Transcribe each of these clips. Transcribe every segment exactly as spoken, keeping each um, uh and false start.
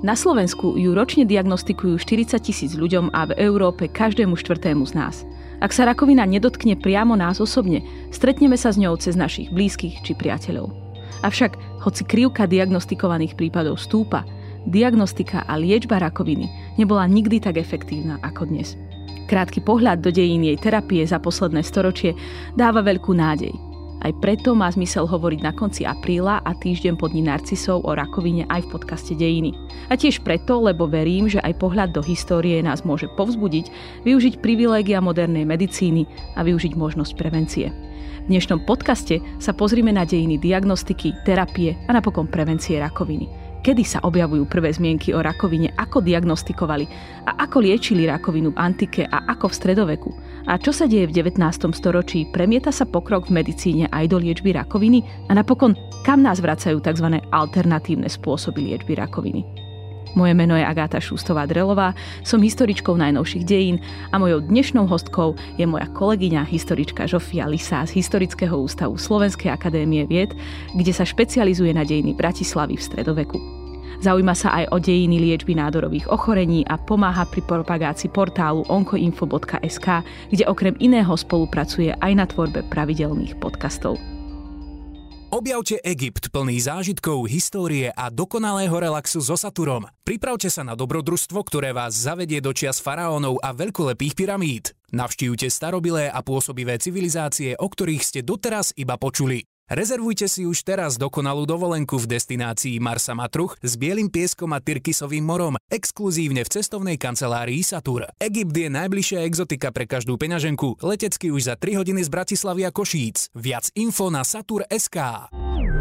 Na Slovensku ju ročne diagnostikujú štyridsať tisíc ľuďom a v Európe každému štvrtému z nás. Ak sa rakovina nedotkne priamo nás osobne, stretneme sa s ňou cez našich blízkych či priateľov. Avšak, hoci krivka diagnostikovaných prípadov stúpa, diagnostika a liečba rakoviny nebola nikdy tak efektívna ako dnes. Krátky pohľad do dejín jej terapie za posledné storočie dáva veľkú nádej. Aj preto má zmysel hovoriť na konci apríla a týždeň po dni narcisov o rakovine aj v podcaste Dejiny. A tiež preto, lebo verím, že aj pohľad do histórie nás môže povzbudiť, využiť privilégia modernej medicíny a využiť možnosť prevencie. V dnešnom podcaste sa pozrime na dejiny diagnostiky, terapie a napokon prevencie rakoviny. Kedy sa objavujú prvé zmienky o rakovine, ako diagnostikovali a ako liečili rakovinu v antike a ako v stredoveku. A čo sa deje v devätnástom storočí, premieta sa pokrok v medicíne aj do liečby rakoviny a napokon kam nás vracajú tzv. Alternatívne spôsoby liečby rakoviny. Moje meno je Agáta Šustová-Drelová, som historičkou najnovších dejín a mojou dnešnou hostkou je moja kolegyňa, historička Žofia Lisá z Historického ústavu Slovenskej akadémie vied, kde sa špecializuje na dejiny Bratislavy v stredoveku. Zaujíma sa aj o dejiny liečby nádorových ochorení a pomáha pri propagácii portálu onkoinfo bodka es ká, kde okrem iného spolupracuje aj na tvorbe pravidelných podcastov. Objavte Egypt plný zážitkov, histórie a dokonalého relaxu so Saturom. Pripravte sa na dobrodružstvo, ktoré vás zavedie do čias faraónov a veľkolepých pyramíd. Navštívte starobilé a pôsobivé civilizácie, o ktorých ste doteraz iba počuli. Rezervujte si už teraz dokonalú dovolenku v destinácii Marsa Matruh s bielym pieskom a Tyrkisovým morom, exkluzívne v cestovnej kancelárii Satur. Egypt je najbližšia exotika pre každú peňaženku, letecky už za tri hodiny z Bratislavy a Košíc. Viac info na satur bodka es ká.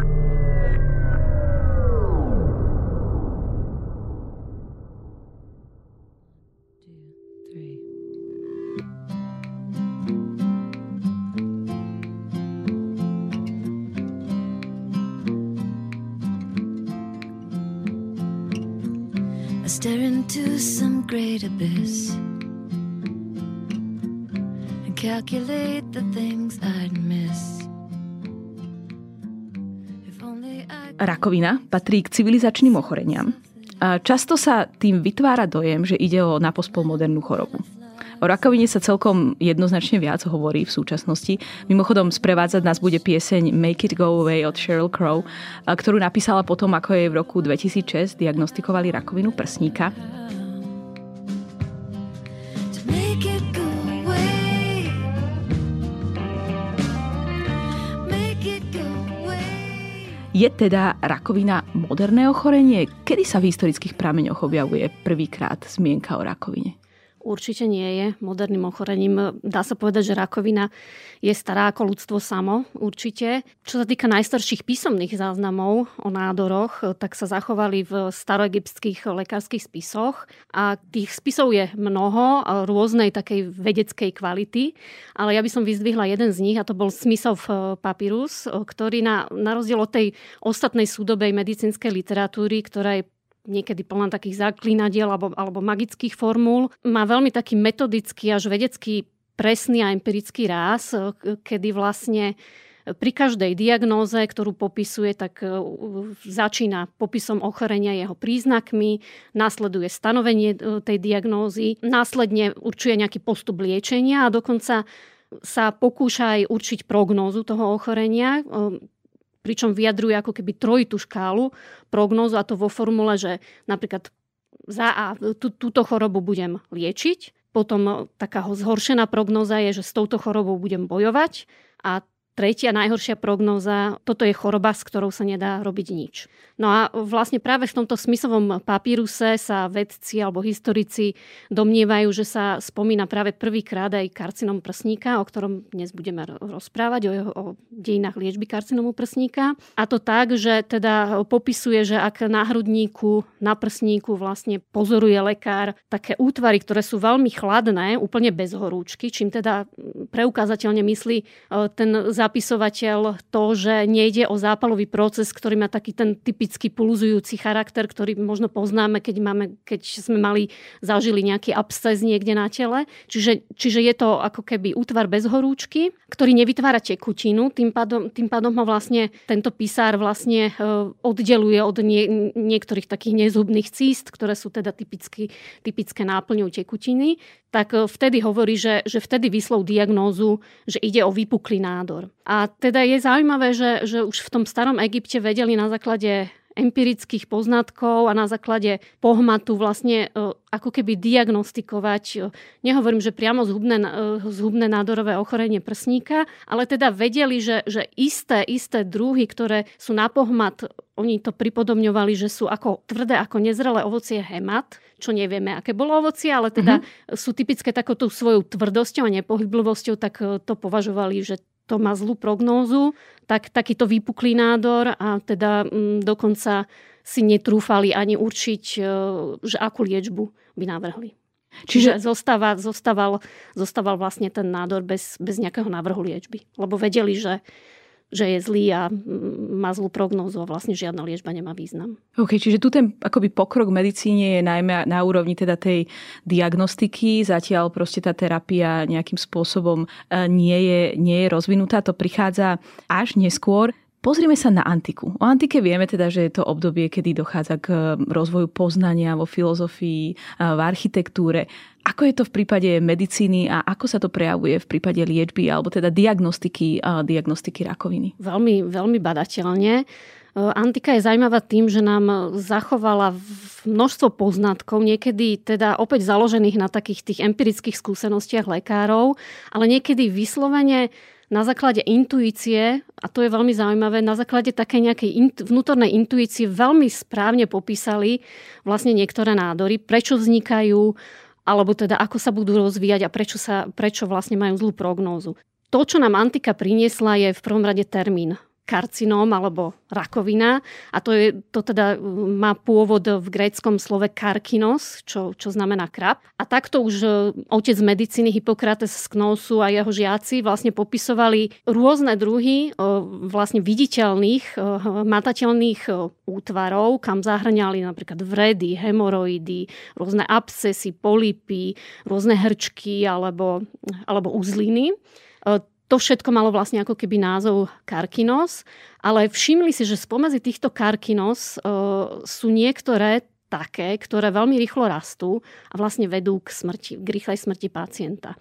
Stare into some great abyss and calculate the things I'd miss. Rakovina patrí k civilizačným ochoreniam. Často sa tým vytvára dojem, že ide o napospol modernú chorobu. O rakovine sa celkom jednoznačne viac hovorí v súčasnosti. Mimochodom, sprevádzať nás bude pieseň Make It Go Away od Sheryl Crow, ktorú napísala potom, ako jej v roku dvetisícšesť diagnostikovali rakovinu prsníka. Je teda rakovina moderné ochorenie? Kedy sa v historických prameňoch objavuje prvýkrát zmienka o rakovine? Určite nie je moderným ochorením. Dá sa povedať, že rakovina je stará ako ľudstvo samo, určite. Čo sa týka najstarších písomných záznamov o nádoroch, tak sa zachovali v staroegyptských lekárskych spisoch. A tých spisov je mnoho, rôznej takej vedeckej kvality. Ale ja by som vyzdvihla jeden z nich, a to bol Smithov papyrus, ktorý na, na rozdiel od tej ostatnej súdobej medicínskej literatúry, ktorá je niekedy plná takých zaklínadiel alebo, alebo magických formúl. Má veľmi taký metodický až vedecký presný a empirický ráz, kedy vlastne pri každej diagnóze, ktorú popisuje, tak začína popisom ochorenia, jeho príznakmi, následuje stanovenie tej diagnózy, následne určuje nejaký postup liečenia a dokonca sa pokúša aj určiť prognózu toho ochorenia, pričom vyjadruje ako keby trojitú škálu prognózu, a to vo formule, že napríklad za A tú, túto chorobu budem liečiť, potom taká zhoršená prognóza je, že s touto chorobou budem bojovať, a tretia najhoršia prognóza, toto je choroba, s ktorou sa nedá robiť nič. No a vlastne práve v tomto Smithovom papíruse sa vedci alebo historici domnievajú, že sa spomína práve prvýkrát aj karcinom prsníka, o ktorom dnes budeme rozprávať, o, jeho, o dejinách liečby karcinomu prsníka. A to tak, že teda popisuje, že ak na hrudníku, na prsníku vlastne pozoruje lekár také útvary, ktoré sú veľmi chladné, úplne bez horúčky, čím teda preukázateľne myslí ten zapisovateľ to, že nejde o zápalový proces, ktorý má taký ten typický pulzujúci charakter, ktorý možno poznáme, keď, máme, keď sme mali, zažili nejaký absces niekde na tele. Čiže, čiže je to ako keby útvar bez horúčky, ktorý nevytvára tekutinu. Tým pádom, tým pádom ho vlastne tento pisár vlastne oddeluje od nie, niektorých takých nezhubných císt, ktoré sú teda typicky, typické náplňou tekutiny. Tak vtedy hovorí, že, že vtedy vyslal diagnózu, že ide o vypuklý nádor. A teda je zaujímavé, že, že už v tom starom Egypte vedeli na základe empirických poznatkov a na základe pohmatu vlastne ako keby diagnostikovať, nehovorím, že priamo zhubné, zhubné nádorové ochorenie prsníka, ale teda vedeli, že, že isté, isté druhy, ktoré sú na pohmat, oni to pripodobňovali, že sú ako tvrdé, ako nezrelé ovocie hemat, čo nevieme, aké bolo ovocie, ale teda mm-hmm. sú typické takouto svojou tvrdosťou a nepohyblivosťou, tak to považovali, že to má zlú prognózu, tak takýto vypuklý nádor a teda m, dokonca si netrúfali ani určiť, že akú liečbu by navrhli. Čiže, Čiže zostáva, zostával, zostával vlastne ten nádor bez, bez nejakého návrhu liečby. Lebo vedeli, že že je zlý a má zlú prognózu a vlastne žiadna liečba nemá význam. OK, čiže tu ten akoby pokrok v medicíne je najmä na úrovni teda tej diagnostiky, zatiaľ proste tá terapia nejakým spôsobom nie je, nie je rozvinutá, to prichádza až neskôr. Pozrime sa na antiku. O antike vieme teda, že je to obdobie, kedy dochádza k rozvoju poznania vo filozofii, v architektúre. Ako je to v prípade medicíny a ako sa to prejavuje v prípade liečby alebo teda diagnostiky, diagnostiky rakoviny? Veľmi, veľmi badateľne. Antika je zaujímavá tým, že nám zachovala množstvo poznatkov, niekedy teda opäť založených na takých tých empirických skúsenostiach lekárov, ale niekedy vyslovene na základe intuície, a to je veľmi zaujímavé, na základe takej nejakej int- vnútornej intuície veľmi správne popísali vlastne niektoré nádory, prečo vznikajú, alebo teda ako sa budú rozvíjať a prečo, sa, prečo vlastne majú zlú prognózu. To, čo nám antika priniesla, je v prvom rade termín karcinóm alebo rakovina. A to, je, to teda má pôvod v gréckom slove karkinos, čo, čo znamená krab. A takto už otec medicíny Hippokrates z Knosu a jeho žiaci vlastne popisovali rôzne druhy vlastne viditeľných, matateľných útvarov, kam zahrňali napríklad vredy, hemoroidy, rôzne abscesy, polipy, rôzne hrčky alebo, alebo uzliny. To všetko malo vlastne ako keby názov karkinos, ale všimli si, že spomedzi týchto karkinos e, sú niektoré také, ktoré veľmi rýchlo rastú a vlastne vedú k smrti, k rýchlej smrti pacienta.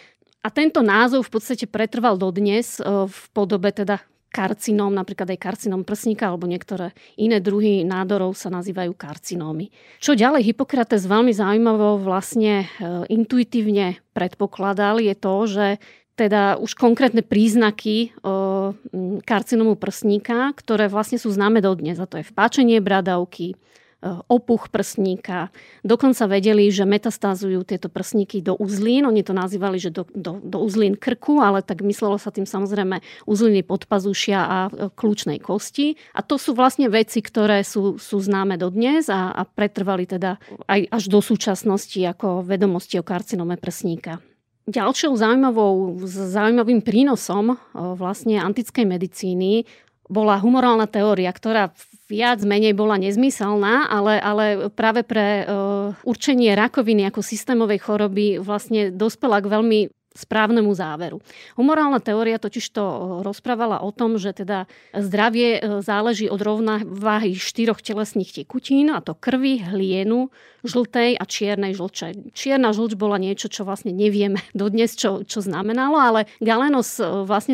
A tento názov v podstate pretrval dodnes e, v podobe teda karcinóm, napríklad aj karcinóm prsníka alebo niektoré iné druhy nádorov sa nazývajú karcinómy. Čo ďalej Hippokrates veľmi zaujímavo vlastne e, intuitívne predpokladal je to, že teda už konkrétne príznaky o karcinómu prsníka, ktoré vlastne sú známe dodnes. A to je vpáčenie bradavky, opuch prsníka. Dokonca vedeli, že metastázujú tieto prsníky do uzlín. Oni to nazývali, že do, do, do uzlín krku, ale tak myslelo sa tým samozrejme uzliny podpazušia a kľúčnej kosti. A to sú vlastne veci, ktoré sú, sú známe dodnes a, a pretrvali teda aj až do súčasnosti ako vedomosti o karcinóme prsníka. Ďalšou zaujímavou, zaujímavým prínosom vlastne antickej medicíny bola humorálna teória, ktorá viac menej bola nezmyselná, ale, ale práve pre uh, určenie rakoviny ako systémovej choroby vlastne dospela k veľmi správnemu záveru. Humorálna teória totiž to rozprávala o tom, že teda zdravie záleží od rovnováhy štyroch telesných tekutín, a to krvi, hlienu, žltej a čiernej žlče. Čierna žlč bola niečo, čo vlastne nevieme dodnes, čo, čo znamenalo, ale Galenos vlastne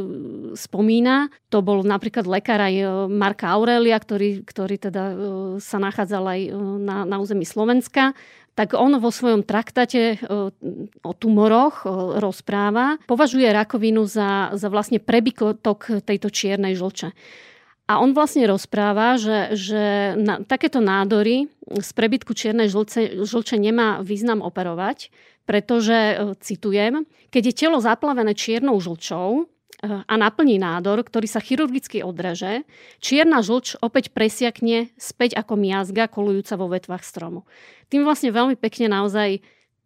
spomína, to bol napríklad lekár aj Marka Aurelia, ktorý, ktorý teda sa nachádzal aj na, na území Slovenska, tak on vo svojom traktáte o tumoroch rozpráva, považuje rakovinu za, za vlastne prebytok tejto čiernej žlče. A on vlastne rozpráva, že, že na, takéto nádory z prebytku čiernej žlče, žlče nemá význam operovať, pretože, citujem, keď je telo zaplavené čiernou žlčou a naplní nádor, ktorý sa chirurgicky odreže, čierna žlč opäť presiakne späť ako miazga kolujúca vo vetvách stromu. Tým vlastne veľmi pekne naozaj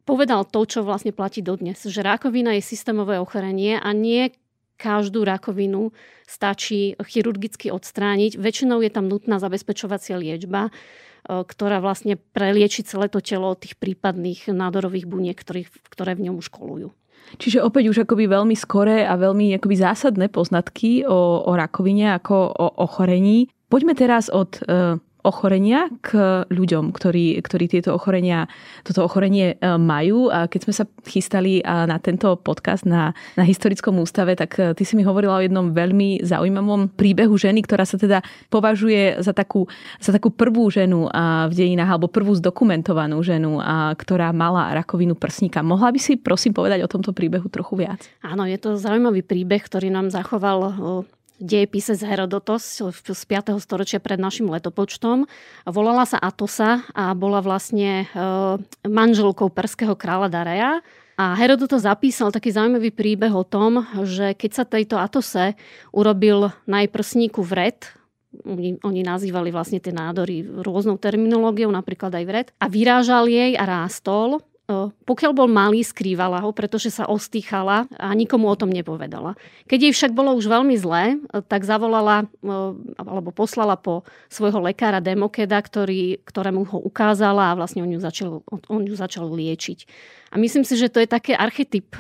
povedal to, čo vlastne platí dodnes, že rakovina je systémové ochorenie a nie každú rakovinu stačí chirurgicky odstrániť. Väčšinou je tam nutná zabezpečovacia liečba, ktorá vlastne prelieči celé to telo od tých prípadných nádorových buniek, ktorých, ktoré v ňom už kolujú. Čiže opäť už akoby veľmi skoré a veľmi akoby zásadné poznatky o, o rakovine ako o ochorení. Poďme teraz od e, ochorenia k ľuďom, ktorí, ktorí tieto ochorenia, toto ochorenie majú. A keď sme sa chystali na tento podcast na, na Historickom ústave, tak ty si mi hovorila o jednom veľmi zaujímavom príbehu ženy, ktorá sa teda považuje za takú, za takú prvú ženu v dejinách, alebo prvú zdokumentovanú ženu, ktorá mala rakovinu prsníka. Mohla by si prosím povedať o tomto príbehu trochu viac? Áno, je to zaujímavý príbeh, ktorý nám zachoval dejepisec Herodotos z piateho storočia pred našim letopočtom. Volala sa Atosa a bola vlastne manželkou perského kráľa Dareja. A Herodotos zapísal taký zaujímavý príbeh o tom, že keď sa tejto Atose urobil na jej prsníku vred, oni, oni nazývali vlastne tie nádory rôznou terminológiou, napríklad aj vred, a vyrážal jej a rástol. Pokiaľ bol malý, skrývala ho, pretože sa ostýchala a nikomu o tom nepovedala. Keď jej však bolo už veľmi zlé, tak zavolala alebo poslala po svojho lekára Demokeda, ktorý, ktorému ho ukázala a vlastne on ju začal, on ju začal liečiť. A myslím si, že to je taký archetyp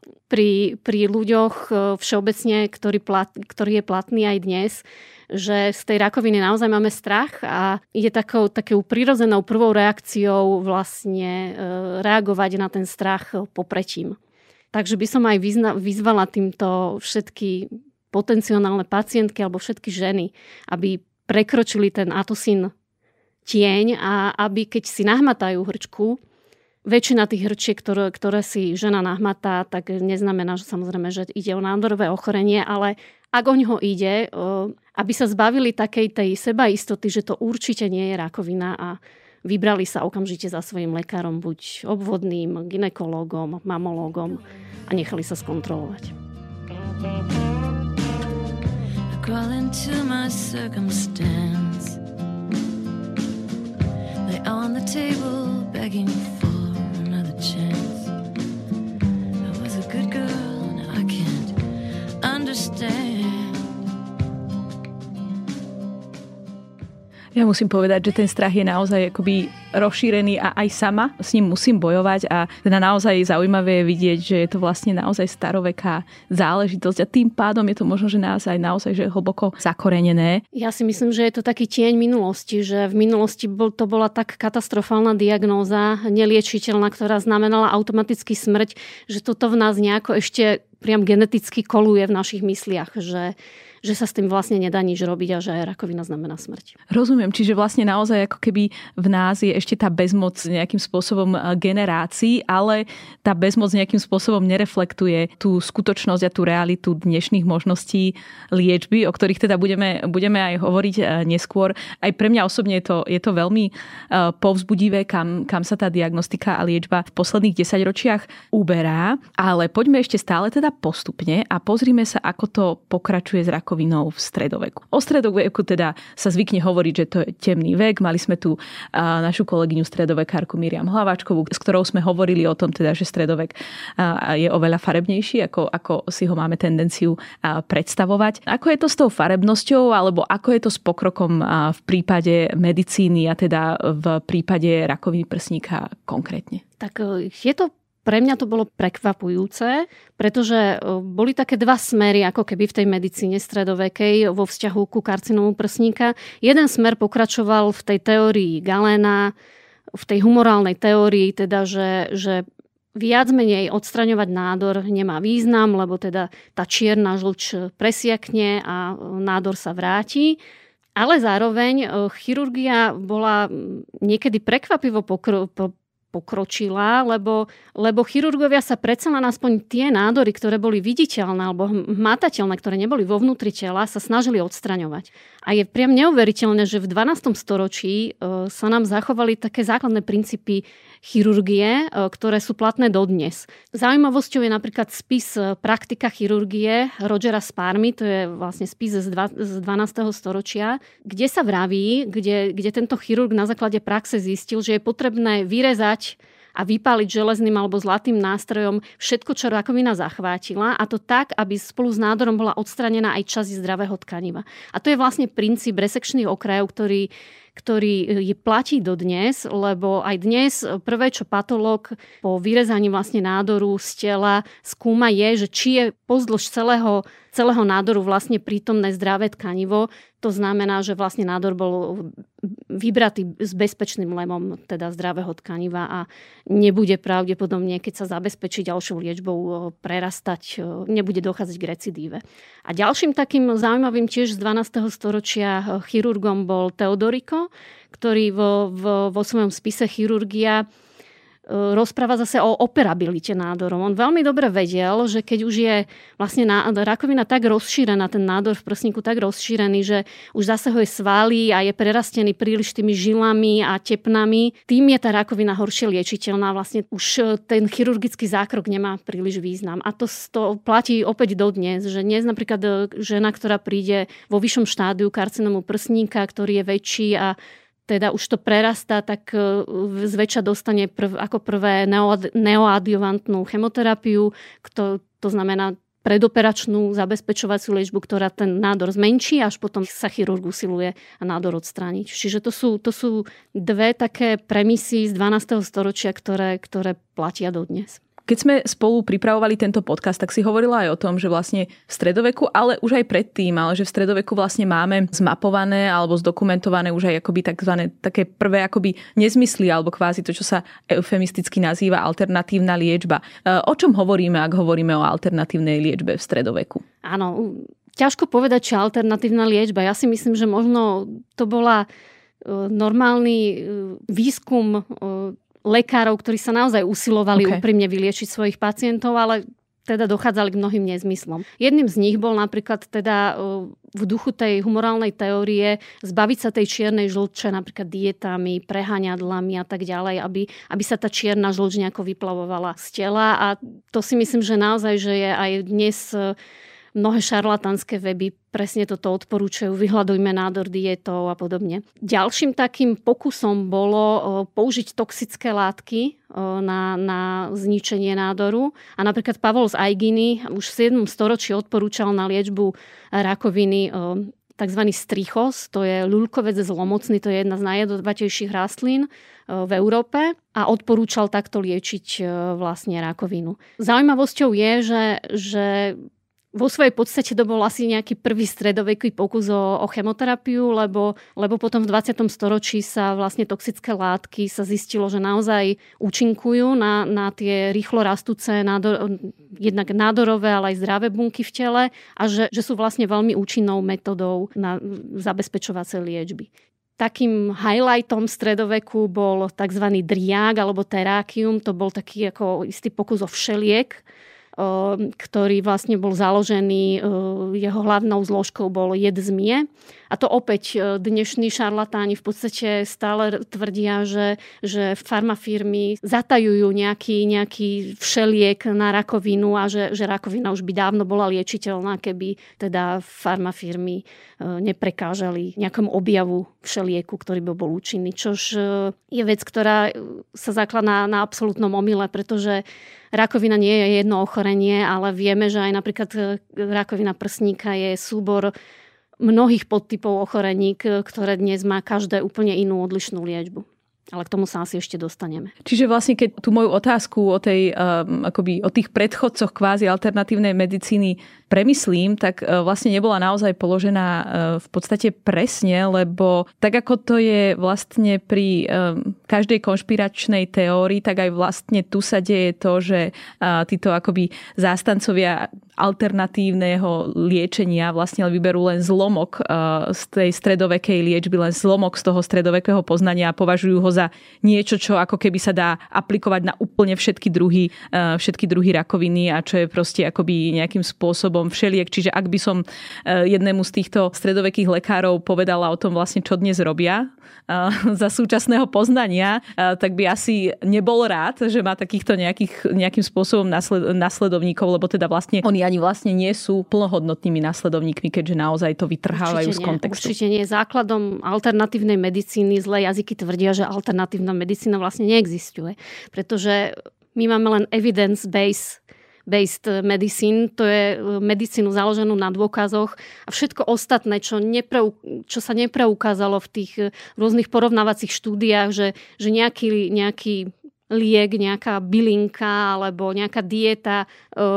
pri, pri ľuďoch všeobecne, ktorý, plat, ktorý je platný aj dnes, že z tej rakoviny naozaj máme strach a ide takou, takou prirodzenou prvou reakciou vlastne reagovať na ten strach popretím. Takže by som aj vyzna, vyzvala týmto všetky potenciálne pacientky alebo všetky ženy, aby prekročili ten Atosin tieň a aby keď si nahmatajú hrčku, väčšina tých hrčiek, ktoré, ktoré si žena nahmatá, tak neznamená, že samozrejme, že ide o nádorové ochorenie, ale ak o ňoho ide, aby sa zbavili takej tej sebaistoty, že to určite nie je rakovina a vybrali sa okamžite za svojím lekárom, buď obvodným, gynekológom, mamológom a nechali sa skontrolovať. Crawl into my circumstance. Lay on the table begging for another chance. I was a good girl, now I can't understand. Ja musím povedať, že ten strach je naozaj akoby rozšírený a aj sama s ním musím bojovať a teda naozaj zaujímavé je vidieť, že je to vlastne naozaj staroveká záležitosť a tým pádom je to možno, že naozaj, naozaj že hlboko zakorenené. Ja si myslím, že je to taký tieň minulosti, že v minulosti bol, to bola tak katastrofálna diagnóza, neliečiteľná, ktorá znamenala automaticky smrť, že toto v nás nejako ešte priam geneticky koluje v našich mysliach, že že sa s tým vlastne nedá nič robiť a že rakovina znamená smrť. Rozumiem, čiže vlastne naozaj ako keby v nás je ešte tá bezmoc nejakým spôsobom generácií, ale tá bezmoc nejakým spôsobom nereflektuje tú skutočnosť a tú realitu dnešných možností liečby, o ktorých teda budeme, budeme aj hovoriť neskôr. Aj pre mňa osobne je to, je to veľmi povzbudivé, kam, kam sa tá diagnostika a liečba v posledných desaťročiach uberá, ale poďme ešte stále teda postupne a pozrime sa, ako to pokračuje s rakovinou v stredoveku. O stredoveku teda sa zvykne hovoriť, že to je temný vek. Mali sme tu našu kolegyňu stredovekárku Miriam Hlaváčkovú, s ktorou sme hovorili o tom teda, že stredovek je oveľa farebnejší, ako, ako si ho máme tendenciu predstavovať. Ako je to s tou farebnosťou, alebo ako je to s pokrokom v prípade medicíny a teda v prípade rakoviny prsníka konkrétne? Tak je to Pre mňa to bolo prekvapujúce, pretože boli také dva smery, ako keby v tej medicíne stredovekej vo vzťahu ku karcinómu prsníka. Jeden smer pokračoval v tej teórii Galéna, v tej humorálnej teórii, teda, že, že viac menej odstraňovať nádor nemá význam, lebo teda tá čierna žlč presiakne a nádor sa vráti. Ale zároveň chirurgia bola niekedy prekvapivo pokro- pokročila, lebo, lebo chirurgovia sa predsa len aspoň tie nádory, ktoré boli viditeľné alebo hmatateľné, ktoré neboli vo vnútri tela, sa snažili odstraňovať. A je priam neuveriteľné, že v dvanástom storočí e, sa nám zachovali také základné princípy chirurgie, e, ktoré sú platné dodnes. Zaujímavosťou je napríklad spis Praktika chirurgie Rogera Sparmy, to je vlastne spis z, dva, z dvanásteho storočia, kde sa vraví, kde, kde tento chirurg na základe praxe zistil, že je potrebné vyrezať a vypáliť železným alebo zlatým nástrojom všetko, čo rakovina zachvátila, a to tak, aby spolu s nádorom bola odstranená aj časť zdravého tkaniva. A to je vlastne princíp resekčných okrajov, ktorý ktorý je platí dodnes, lebo aj dnes prvé, čo patológ po vyrezaní vlastne nádoru z tela skúma, je, že či je pozdĺž celého, celého nádoru vlastne prítomné zdravé tkanivo. To znamená, že vlastne nádor bol vybratý s bezpečným lemom, teda zdravého tkaniva, a nebude pravdepodobne, keď sa zabezpečí ďalšou liečbou, prerastať, nebude dochádzať k recidíve. A ďalším takým zaujímavým tiež z dvanásteho storočia chirurgom bol Teodorico, ktorý vo, vo, vo svojom spise Chirurgia rozpráva zase o operabilite nádorov. On veľmi dobre vedel, že keď už je vlastne rakovina tak rozšírená, ten nádor v prsníku tak rozšírený, že už zasahuje svaly a je prerastený príliš tými žilami a tepnami, tým je tá rakovina horšie liečiteľná. Vlastne už ten chirurgický zákrok nemá príliš význam. A to, to platí opäť dodnes, že dnes napríklad žena, ktorá príde vo vyššom štádiu karcinómu prsníka, ktorý je väčší a teda už to prerastá, tak zväčša dostane prv, ako prvé neoad, neoadjuvantnú chemoterapiu, to, to znamená predoperačnú zabezpečovaciu liečbu, ktorá ten nádor zmenší, až potom sa chirurg usiluje nádor odstrániť. Čiže to sú, to sú dve také premisy z dvanásteho storočia, ktoré, ktoré platia dodnes. Keď sme spolu pripravovali tento podcast, tak si hovorila aj o tom, že vlastne v stredoveku, ale už aj predtým, ale že v stredoveku vlastne máme zmapované alebo zdokumentované už aj akoby takzvané také prvé akoby nezmysly alebo kvázi to, čo sa eufemisticky nazýva alternatívna liečba. O čom hovoríme, ak hovoríme o alternatívnej liečbe v stredoveku? Áno, ťažko povedať, či alternatívna liečba. Ja si myslím, že možno to bola normálny výskum lekárov, ktorí sa naozaj usilovali okay. úprimne vyliečiť svojich pacientov, ale teda dochádzali k mnohým nezmyslom. Jedným z nich bol napríklad teda v duchu tej humorálnej teórie zbaviť sa tej čiernej žlče napríklad dietami, preháňadlami a tak ďalej, aby, aby sa tá čierna žlč nejako vyplavovala z tela. A to si myslím, že naozaj, že je aj dnes mnohé šarlatánske weby presne toto odporúčajú. Vyhľadujme nádor dietou a podobne. Ďalším takým pokusom bolo použiť toxické látky na, na zničenie nádoru. A napríklad Pavol z Aiginy už v siedmom storočí odporúčal na liečbu rakoviny tzv. Strichos, to je ľulkovec zlomocný, to je jedna z najjedovatejších rastlín v Európe, a odporúčal takto liečiť vlastne rakovinu. Zaujímavosťou je, že, že vo svojej podstate to bol asi nejaký prvý stredoveký pokus o, o chemoterapiu, lebo, lebo potom v dvadsiatom storočí sa vlastne toxické látky sa zistilo, že naozaj účinkujú na, na tie rýchlo rastúce nádor, jednak nádorové, ale aj zdravé bunky v tele, a že, že sú vlastne veľmi účinnou metodou na zabezpečovacej liečby. Takým highlightom stredoveku bol tzv. Driák alebo terákium. To bol taký ako istý pokus o všeliek, ktorý vlastne bol založený, jeho hlavnou zložkou bol jed zmie. A to opäť dnešní šarlatáni v podstate stále tvrdia, že, že farmafirmy zatajujú nejaký, nejaký všeliek na rakovinu a že, že rakovina už by dávno bola liečiteľná, keby teda farmafirmy neprekážali nejakému objavu všelieku, ktorý by bol účinný. Čož je vec, ktorá sa zakladá na absolútnom omyle, pretože rakovina nie je jedno ochorenie, ale vieme, že aj napríklad rakovina prsníka je súbor mnohých podtypov ochorení, ktoré dnes má každé úplne inú odlišnú liečbu. Ale k tomu sa asi ešte dostaneme. Čiže vlastne, keď tú moju otázku o, tej, um, akoby, o tých predchodcoch kvázi alternatívnej medicíny premyslím, tak uh, vlastne nebola naozaj položená uh, v podstate presne, lebo tak ako to je vlastne pri um, každej konšpiračnej teórii, tak aj vlastne tu sa deje to, že uh, títo akoby zástancovia alternatívneho liečenia vlastne vyberú len zlomok uh, z tej stredovekej liečby, len zlomok z toho stredovekého poznania a považujú ho za niečo, čo ako keby sa dá aplikovať na úplne všetky druhy, všetky druhy rakoviny a čo je proste akoby nejakým spôsobom všeliek. Čiže ak by som jednému z týchto stredovekých lekárov povedala o tom vlastne, čo dnes robia za súčasného poznania, tak by asi nebol rád, že má takýchto nejakých, nejakým spôsobom nasled, nasledovníkov, lebo teda vlastne oni ani vlastne nie sú plnohodnotnými následovníkmi, keďže naozaj to vytrhávajú určite z kontextu. Nie, určite nie. Základom alternatívnej medicíny zlé jazyky tvrdia, že alternatívna medicína vlastne neexistuje. Pretože my máme len evidence-based based medicine, to je medicínu založenú na dôkazoch a všetko ostatné, čo, nepreu, čo sa nepreukázalo v tých rôznych porovnávacích štúdiách, že, že nejaký, nejaký liek, nejaká bylinka alebo nejaká dieta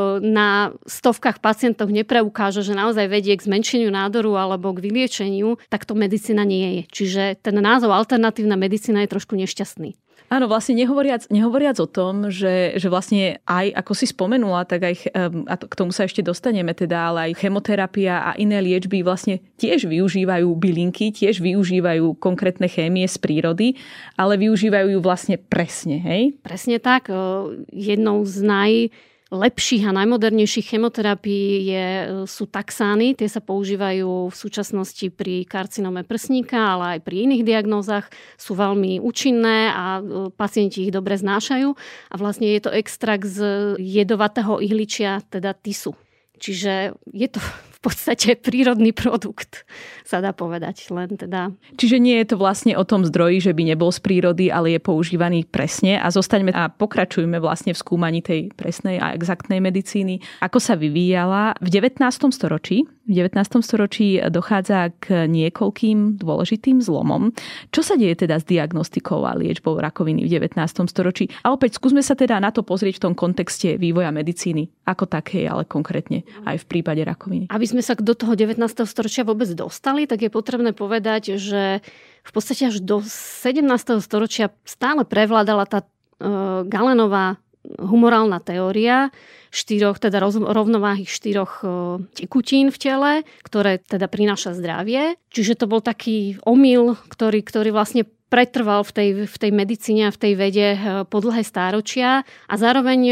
na stovkách pacientov nepreukáže, že naozaj vedie k zmenšeniu nádoru alebo k vyliečeniu, tak to medicína nie je. Čiže ten názov alternatívna medicína je trošku nešťastný. Áno, vlastne nehovoriac, nehovoriac o tom, že, že vlastne aj, ako si spomenula, tak aj, a k tomu sa ešte dostaneme teda, ale aj chemoterapia a iné liečby vlastne tiež využívajú bylinky, tiež využívajú konkrétne chémie z prírody, ale využívajú ju vlastne presne, hej? Presne tak. Jednou z naj lepších a najmodernejších chemoterapií je, sú taxány. Tie sa používajú v súčasnosti pri karcinome prsníka, ale aj pri iných diagnózach. Sú veľmi účinné a pacienti ich dobre znášajú. A vlastne je to extrakt z jedovatého ihličia, teda tisu. Čiže je to v podstate prírodný produkt, sa dá povedať. Len teda... Čiže nie je to vlastne o tom zdroji, že by nebol z prírody, ale je používaný presne. A zostaňme a pokračujme vlastne v skúmaní tej presnej a exaktnej medicíny. Ako sa vyvíjala v devätnástom storočí? V devätnástom storočí dochádza k niekoľkým dôležitým zlomom. Čo sa deje teda s diagnostikou a liečbou rakoviny v devätnástom storočí? A opäť skúsme sa teda na to pozrieť v tom kontexte vývoja medicíny ako takej, ale konkrétne aj v prípade rakoviny. Aby sme sa do toho devätnásteho storočia vôbec dostali, tak je potrebné povedať, že v podstate až do sedemnásteho storočia stále prevládala tá uh, Galenová humorálna teória štyroch, teda rovnováhy štyroch tekutín v tele, ktoré teda prináša zdravie. Čiže to bol taký omyl, ktorý, ktorý vlastne pretrval v tej, v tej medicíne a v tej vede po dlhé stáročia a zároveň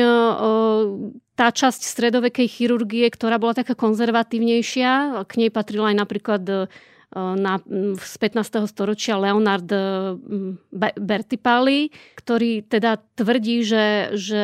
tá časť stredovekej chirurgie, ktorá bola taká konzervatívnejšia, k nej patrila aj napríklad na, z pätnásteho storočia Leonard Bertipali, ktorý teda tvrdí, že, že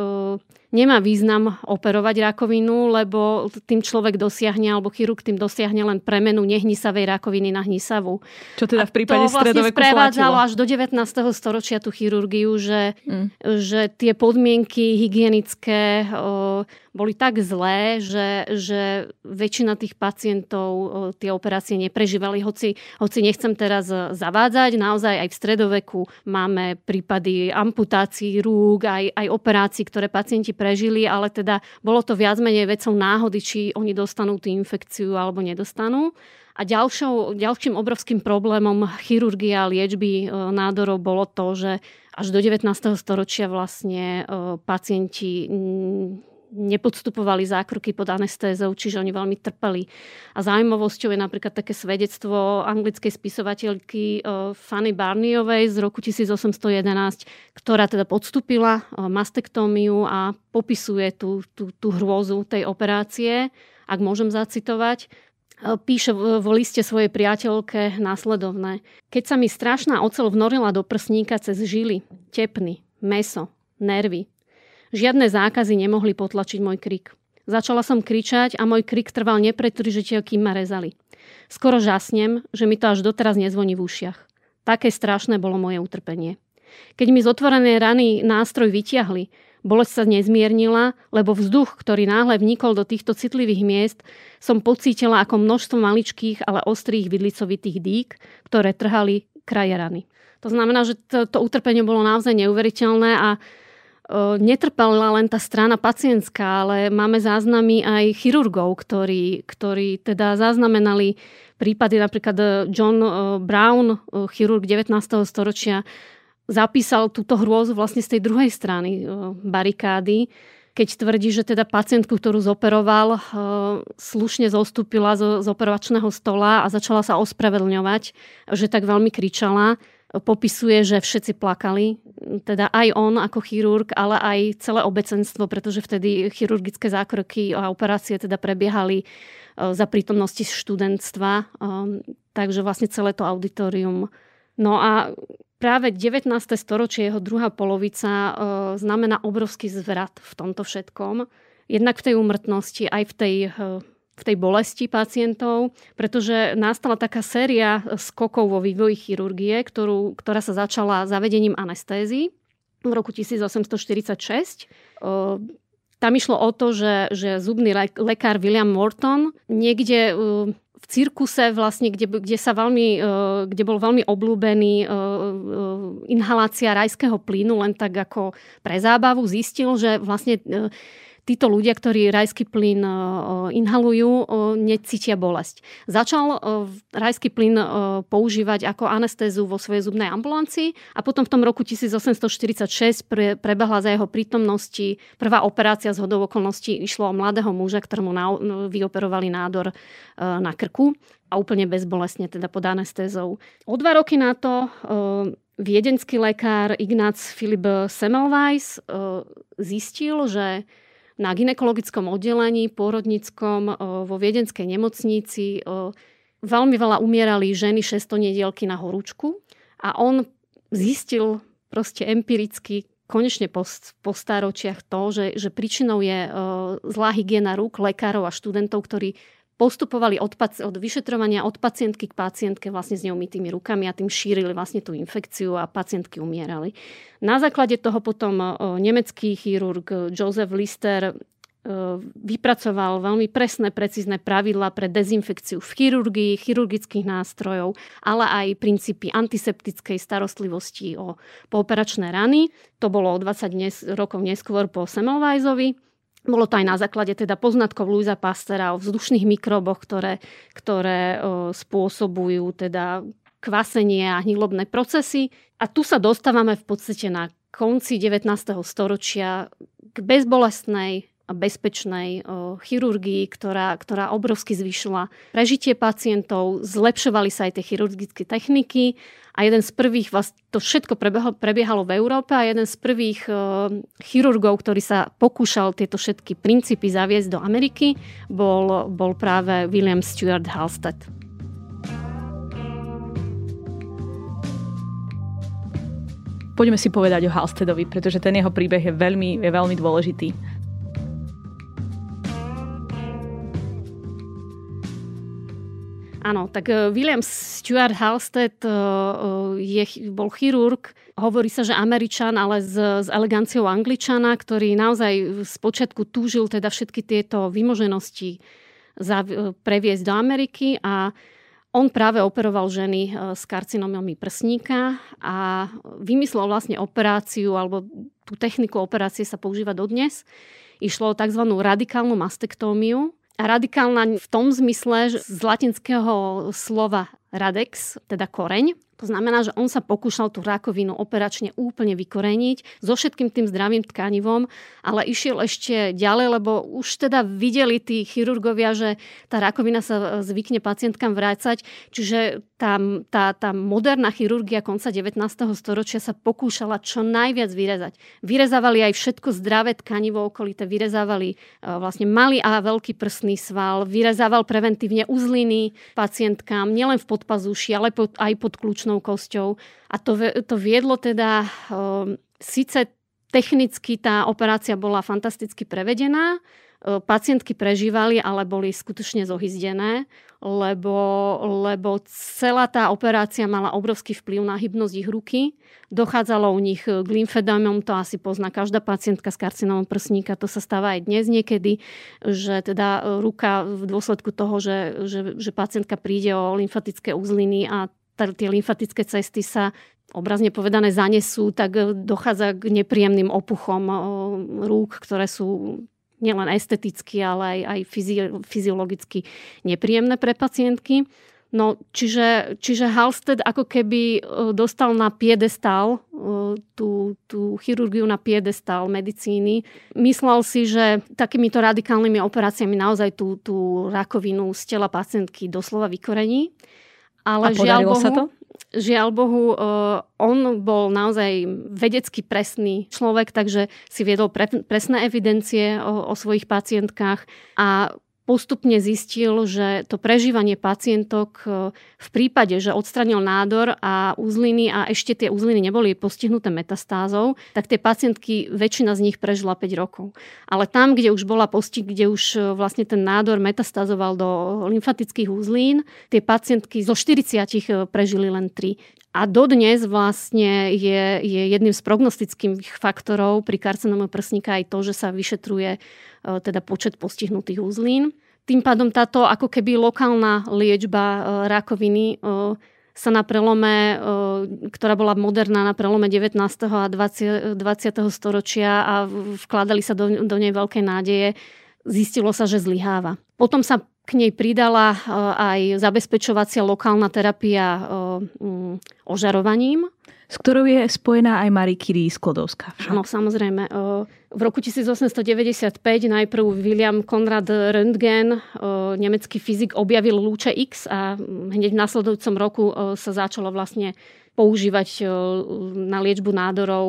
nemá význam operovať rakovinu, lebo tým človek dosiahne, alebo chirurg tým dosiahne len premenu nehnisavej rakoviny na hnisavú. Čo teda v prípade stredoveku platilo. To vlastne sprevádzalo až do devätnásteho storočia tú chirurgiu, že, mm. že tie podmienky hygienické o, boli tak zlé, že, že väčšina tých pacientov o, tie operácie neprežívali. Hoci, hoci nechcem teraz zavádzať, naozaj aj v stredoveku máme prípady amputácií rúk, aj, aj operácií, ktoré pacienti prežili, ale teda bolo to viac menej vecou náhody, či oni dostanú tú infekciu alebo nedostanú. A ďalšou, ďalším obrovským problémom chirurgie a liečby nádorov bolo to, že až do devätnásteho storočia vlastne pacienti nepodstupovali zákroky pod anestézou, čiže oni veľmi trpeli. A zaujímavosťou je napríklad také svedectvo anglickej spisovateľky Fanny Barneyovej z roku tisícosemsto jedenásť, ktorá teda podstúpila mastektómiu a popisuje tú, tú, tú hrôzu tej operácie. Ak môžem zacitovať, píše vo liste svojej priateľke následovné. Keď sa mi strašná oceľ vnorila do prsníka cez žily, tepny, mäso, nervy, žiadne zákazy nemohli potlačiť môj krik. Začala som kričať a môj krik trval nepretržite, kým ma rezali. Skoro žasnem, že mi to až doteraz nezvoní v ušiach. Také strašné bolo moje utrpenie. Keď mi z otvorenej rany nástroj vytiahli, bolesť sa nezmiernila, lebo vzduch, ktorý náhle vnikol do týchto citlivých miest, som pocítila ako množstvo maličkých, ale ostrých vidlicovitých dýk, ktoré trhali kraje rany. To znamená, že to, to utrpenie bolo naozaj neuveriteľné a netrpela len tá strana pacientská, ale máme záznamy aj chirurgov, ktorí, ktorí teda zaznamenali prípady, napríklad John Brown, chirurg devätnásteho storočia, zapísal túto hrôzu vlastne z tej druhej strany barikády, keď tvrdí, že teda pacientku, ktorú zoperoval, slušne zostúpila z, z operačného stola a začala sa ospravedlňovať, že tak veľmi kričala. Popisuje, že všetci plakali, teda aj on ako chirurg, ale aj celé obecenstvo, pretože vtedy chirurgické zákroky a operácie teda prebiehali za prítomnosti študentstva, takže vlastne celé to auditorium. No a práve devätnáste storočie, jeho druhá polovica, znamená obrovský zvrat v tomto všetkom, jednak v tej úmrtnosti, aj v tej, v tej bolesti pacientov, pretože nastala taká séria skokov vo vývoji chirurgie, ktorú, ktorá sa začala zavedením anestézií v roku tisícosemstoštyridsaťšesť. Tam išlo o to, že, že zubný lekár William Morton niekde v cirkuse, vlastne, kde, kde, sa veľmi, kde bol veľmi obľúbený inhalácia rajského plynu, len tak ako pre zábavu, zistil, že vlastne títo ľudia, ktorí rajský plyn inhalujú, necítia bolesť. Začal rajský plyn používať ako anestézu vo svojej zubnej ambulancii a potom v tom roku tisícosemstoštyridsaťšesť pre, prebehla za jeho prítomnosti prvá operácia z hodou okolností. Išlo o mladého muža, ktorému vyoperovali nádor na krku a úplne bezbolestne, teda pod anestézou. O dva roky na to viedenský lekár Ignác Filip Semmelweis zistil, že na gynekologickom oddelení, pôrodnickom vo viedenskej nemocnici veľmi veľa umierali ženy šestonedielky na horúčku a on zistil proste empiricky, konečne po, po stáročiach to, že, že príčinou je zlá hygiena rúk lekárov a študentov, ktorí postupovali od, od vyšetrovania od pacientky k pacientke vlastne s neumytými rukami a tým šírili vlastne tú infekciu a pacientky umierali. Na základe toho potom nemecký chirurg Joseph Lister vypracoval veľmi presné, precízne pravidlá pre dezinfekciu v chirurgii, chirurgických nástrojov, ale aj princípy antiseptickej starostlivosti o pooperačné rany. To bolo o dvadsať nes- rokov neskôr po Semmelweisovi. Bolo to aj na základe teda poznatkov Louisa Pasteura o vzdušných mikróboch, ktoré, ktoré o, spôsobujú teda kvasenie a hnilobné procesy. A tu sa dostávame v podstate na konci devätnásteho storočia k bezbolestnej a bezpečnej o, chirurgii, ktorá, ktorá obrovsky zvýšila prežitie pacientov, zlepšovali sa aj tie chirurgické techniky a jeden z prvých, vlastne to všetko prebiehalo, prebiehalo v Európe a jeden z prvých o, chirurgov, ktorý sa pokúšal tieto všetky princípy zaviesť do Ameriky, bol, bol práve William Stuart Halsted. Poďme si povedať o Halstedovi, pretože ten jeho príbeh je veľmi, je veľmi dôležitý. Áno, tak William Stuart Halsted je, bol chirurg. Hovorí sa, že Američan, ale s, s eleganciou Angličana, ktorý naozaj spočiatku túžil teda všetky tieto vymoženosti za, previesť do Ameriky a on práve operoval ženy s karcinómami prsníka a vymyslel vlastne operáciu, alebo tú techniku operácie sa používa dodnes. Išlo o tzv. Radikálnu mastektómiu. A radikálna v tom zmysle, že z latinského slova radex, teda koreň. To znamená, že on sa pokúšal tú rakovinu operačne úplne vykoreniť so všetkým tým zdravým tkanivom, ale išiel ešte ďalej, lebo už teda videli tí chirurgovia, že tá rakovina sa zvykne pacientkám vrácať. Čiže tá, tá, tá moderná chirurgia konca devätnásteho storočia sa pokúšala čo najviac vyrezať. Vyrezávali aj všetko zdravé tkanivo okolité, vyrezávali vlastne malý a veľký prsný sval, vyrezával preventívne uzliny pacientkám, nielen v podpazúši, ale pod, aj pod kľúčnou kosťou. A to, to viedlo teda, um, síce technicky tá operácia bola fantasticky prevedená, pacientky prežívali, ale boli skutočne zohyzdené, lebo, lebo celá tá operácia mala obrovský vplyv na hybnosť ich ruky. Dochádzalo u nich k lymfedémom, to asi pozná každá pacientka s karcinómom prsníka, to sa stáva aj dnes niekedy, že teda ruka v dôsledku toho, že, že, že pacientka príde o lymfatické uzliny a tie lymfatické cesty sa obrazne povedané zanesú, tak dochádza k nepríjemným opuchom rúk, ktoré sú nielen esteticky, ale aj, aj fyzi- fyziologicky nepríjemné pre pacientky. No, čiže, čiže Halsted ako keby dostal na piedestál tú, tú chirurgiu na piedestál medicíny. Myslel si, že takýmito radikálnymi operáciami naozaj tú, tú rakovinu z tela pacientky doslova vykorení. Ale a podarilo Bohu, sa to? Žiaľ Bohu, on bol naozaj vedecky presný človek, takže si viedol pre, presné evidencie o, o svojich pacientkách a postupne zistil, že to prežívanie pacientok v prípade, že odstranil nádor a uzliny a ešte tie uzliny neboli postihnuté metastázou, tak tie pacientky, väčšina z nich prežila päť rokov. Ale tam, kde už bola postih, kde už vlastne ten nádor metastázoval do lymfatických uzlín, tie pacientky zo štyridsať prežili len tri. A dodnes vlastne je, je jedným z prognostických faktorov pri karcinóme prsníka aj to, že sa vyšetruje teda počet postihnutých uzlín. Tým pádom táto ako keby lokálna liečba rakoviny sa na prelome, ktorá bola moderná na prelome devätnásteho a dvadsiateho storočia a vkladali sa do, do nej veľké nádeje, zistilo sa, že zlyháva. Potom sa k nej pridala aj zabezpečovacia lokálna terapia ožarovaním. S ktorou je spojená aj Marie Curie Sklodowska. Áno, samozrejme. V roku tisícosemstodeväťdesiatpäť najprv William Konrad Röntgen, nemecký fyzik, objavil lúče X a hneď v nasledujúcom roku sa začalo vlastne používať na liečbu nádorov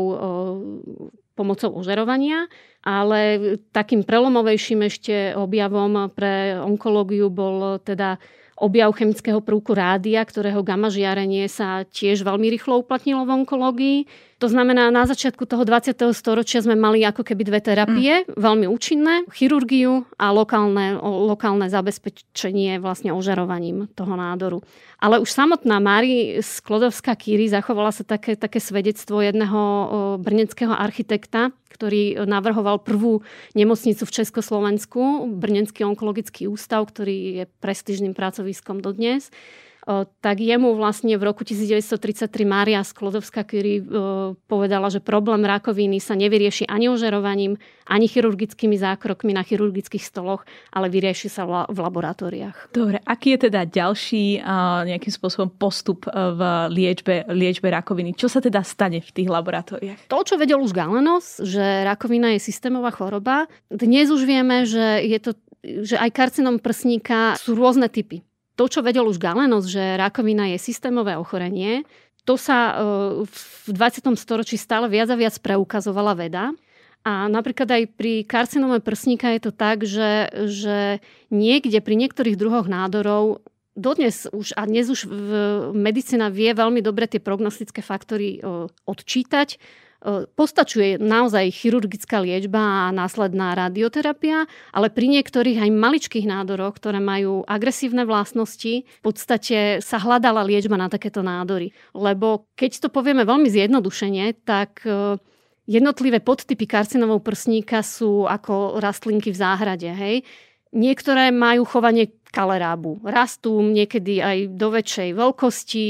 pomocou ožarovania. Ale takým prelomovejším ešte objavom pre onkológiu bol teda objav chemického prvku rádia, ktorého gamma žiarenie sa tiež veľmi rýchlo uplatnilo v onkológii. To znamená, na začiatku toho dvadsiateho storočia sme mali ako keby dve terapie, mm. veľmi účinné, chirurgiu a lokálne, lokálne zabezpečenie vlastne ožarovaním toho nádoru. Ale už samotná Marie Sklodowska-Curie zachovala sa také, také svedectvo jedného brněnského architekta, ktorý navrhoval prvú nemocnicu v Československu, Brněnský onkologický ústav, ktorý je prestížnym pracoviskom dodnes. Tak jemu vlastne v roku devätnásťstotridsaťtri Mária Sklodowska-Curie povedala, že problém rakoviny sa nevyrieši ani ožarovaním, ani chirurgickými zákrokmi na chirurgických stoloch, ale vyrieši sa v laboratóriách. Dobre, aký je teda ďalší nejakým spôsobom postup v liečbe, liečbe rakoviny? Čo sa teda stane v tých laboratóriách? To, čo vedel už Galenos, že rakovina je systémová choroba, dnes už vieme, že, je to, že aj karcinóm prsníka sú rôzne typy. To, čo vedel už Galenos, že rakovina je systémové ochorenie, to sa v dvadsiatom storočí stále viac a viac preukazovala veda. A napríklad aj pri karcinóme prsníka je to tak, že, že niekde pri niektorých druhoch nádorov dodnes už, a dnes už medicína vie veľmi dobre tie prognostické faktory odčítať. Postačuje naozaj chirurgická liečba a následná radioterapia, ale pri niektorých aj maličkých nádoroch, ktoré majú agresívne vlastnosti, v podstate sa hľadala liečba na takéto nádory. Lebo keď to povieme veľmi zjednodušene, tak jednotlivé podtypy karcinómov prsníka sú ako rastlinky v záhrade. Hej? Niektoré majú chovanie kalerábu. Rastú niekedy aj do väčšej veľkosti,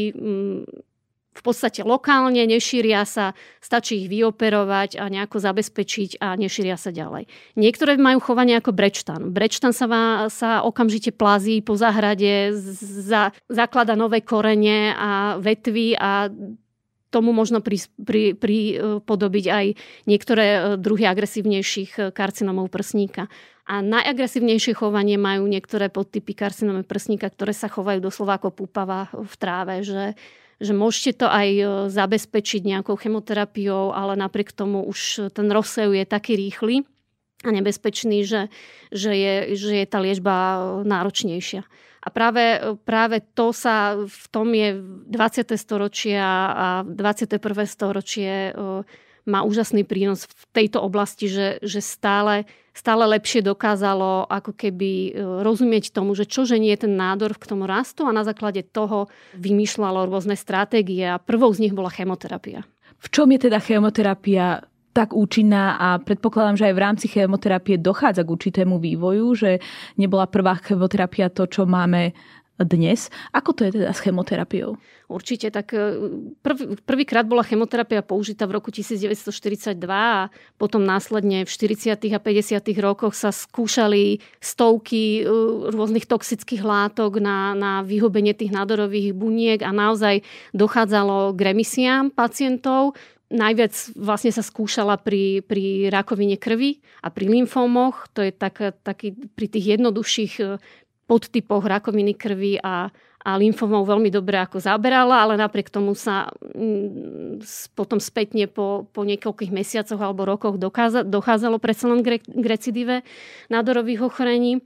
v podstate lokálne, nešíria sa, stačí ich vyoperovať a nejako zabezpečiť a nešíria sa ďalej. Niektoré majú chovanie ako brečtan. Brečtan sa, má, sa okamžite plazí po záhrade, za, zaklada nové korene a vetvy a tomu možno pripodobiť pri, pri, aj niektoré druhy agresívnejších karcinómov prsníka. A najagresívnejšie chovanie majú niektoré podtypy karcinómov prsníka, ktoré sa chovajú doslova ako púpava v tráve, že že môžete to aj zabezpečiť nejakou chemoterapiou, ale napriek tomu už ten rozsev je taký rýchly a nebezpečný, že, že, je, že je tá liečba náročnejšia. A práve, práve to sa v tom je dvadsiate storočie a dvadsiate prvé storočie má úžasný prínos v tejto oblasti, že, že stále, stále lepšie dokázalo ako keby rozumieť tomu, že čože nie je ten nádor k tomu rastu a na základe toho vymýšľalo rôzne stratégie a prvou z nich bola chemoterapia. V čom je teda chemoterapia tak účinná a predpokladám, že aj v rámci chemoterapie dochádza k určitému vývoju, že nebola prvá chemoterapia to, čo máme dnes. Ako to je teda s chemoterapiou? Určite, tak prv, prvýkrát bola chemoterapia použitá v roku devätnásťstoštyridsaťdva a potom následne v štyridsiatych a päťdesiatych rokoch sa skúšali stovky rôznych toxických látok na, na vyhubenie tých nádorových buniek a naozaj dochádzalo k remisiám pacientov. Najviac vlastne sa skúšala pri, pri rakovine krvi a pri lymfómoch. To je tak, taký pri tých jednoduchších podtypoch rakoviny krvi a, a lymfomov veľmi dobre ako zaberala, ale napriek tomu sa m, potom spätne po, po niekoľkých mesiacoch alebo rokoch dokáza, dochádzalo predsa len k recidíve nádorových ochorení.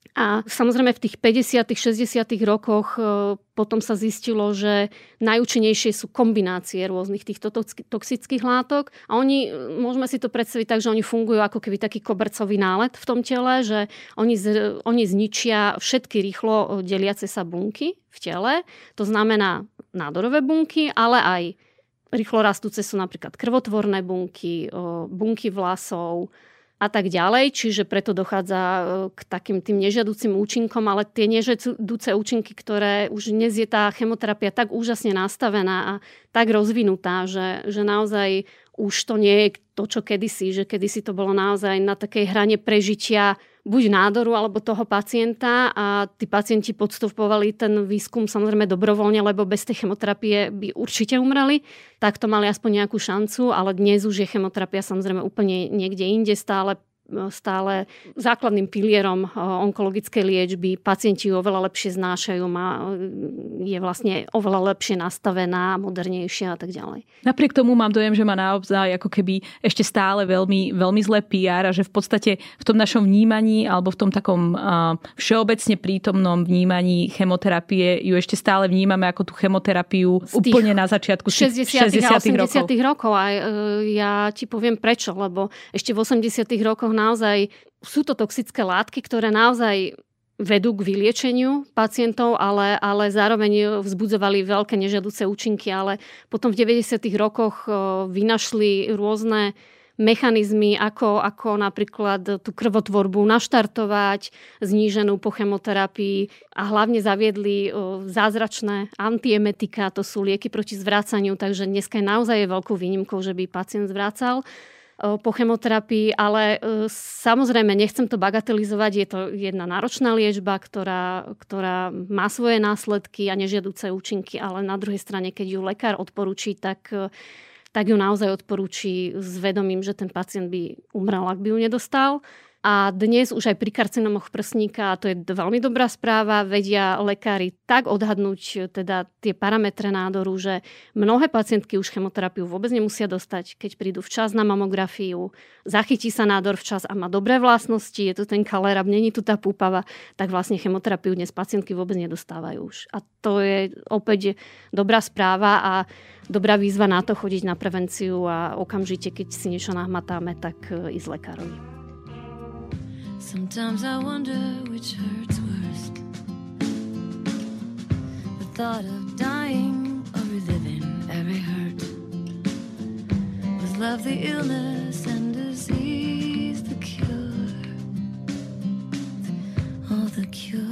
A samozrejme v tých päťdesiatych, šesťdesiatych rokoch potom sa zistilo, že najúčinnejšie sú kombinácie rôznych týchto toxických látok. A oni, môžeme si to predstaviť tak, že oni fungujú ako keby taký kobercový nálet v tom tele, že oni, z, oni zničia všetky rýchlo deliace sa bunky v tele. To znamená nádorové bunky, ale aj rýchlo rastúce sú napríklad krvotvorné bunky, bunky vlasov, a tak ďalej, čiže preto dochádza k takým tým nežiaducim účinkom, ale tie nežiaduce účinky, ktoré už dnes je tá chemoterapia tak úžasne nastavená a tak rozvinutá, že, že naozaj už to nie je to, čo kedysi, že kedysi to bolo naozaj na takej hrane prežitia buď nádoru alebo toho pacienta a tí pacienti podstupovali ten výskum samozrejme dobrovoľne, lebo bez tej chemoterapie by určite umreli. Tak to mali aspoň nejakú šancu, ale dnes už je chemoterapia samozrejme úplne niekde inde, stále stále základným pilierom onkologickej liečby. Pacienti ju oveľa lepšie znášajú, má, je vlastne oveľa lepšie nastavená, modernejšia a tak ďalej. Napriek tomu mám dojem, že má naozaj ako keby ešte stále veľmi, veľmi zlé pé er a že v podstate v tom našom vnímaní alebo v tom takom uh, všeobecne prítomnom vnímaní chemoterapie ju ešte stále vnímame ako tú chemoterapiu úplne na začiatku šesťdesiatych a osemdesiatych rokov. A ja ti poviem prečo, lebo ešte v osemdesiatych rokoch naozaj sú to toxické látky, ktoré naozaj vedú k vyliečeniu pacientov, ale, ale zároveň vzbudzovali veľké nežiaduce účinky. Ale potom v deväťdesiatych rokoch vynašli rôzne mechanizmy, ako, ako napríklad tú krvotvorbu naštartovať, zníženú po chemoterapii a hlavne zaviedli zázračné antiemetika, to sú lieky proti zvracaniu, takže dneska je naozaj veľkou výnimkou, že by pacient zvracal po chemoterapii, ale samozrejme nechcem to bagatelizovať, je to jedna náročná liečba, ktorá, ktorá má svoje následky a nežiaduce účinky, ale na druhej strane, keď ju lekár odporúči, tak, tak ju naozaj odporúči s vedomím, že ten pacient by umrel, ak by ju nedostal. A dnes už aj pri karcinomoch prsníka, a to je veľmi dobrá správa, vedia lekári tak odhadnúť teda tie parametre nádoru, že mnohé pacientky už chemoterapiu vôbec nemusia dostať, keď prídu včas na mamografiu, zachytí sa nádor včas a má dobré vlastnosti, je to ten kalerab, není tu tá púpava, tak vlastne chemoterapiu dnes pacientky vôbec nedostávajú už. A to je opäť dobrá správa a dobrá výzva na to chodiť na prevenciu a okamžite, keď si niečo nahmatáme, tak ísť lekárovi. Sometimes I wonder which hurts worst, the thought of dying or reliving every hurt. Was love the illness and disease the cure? Oh, the cure.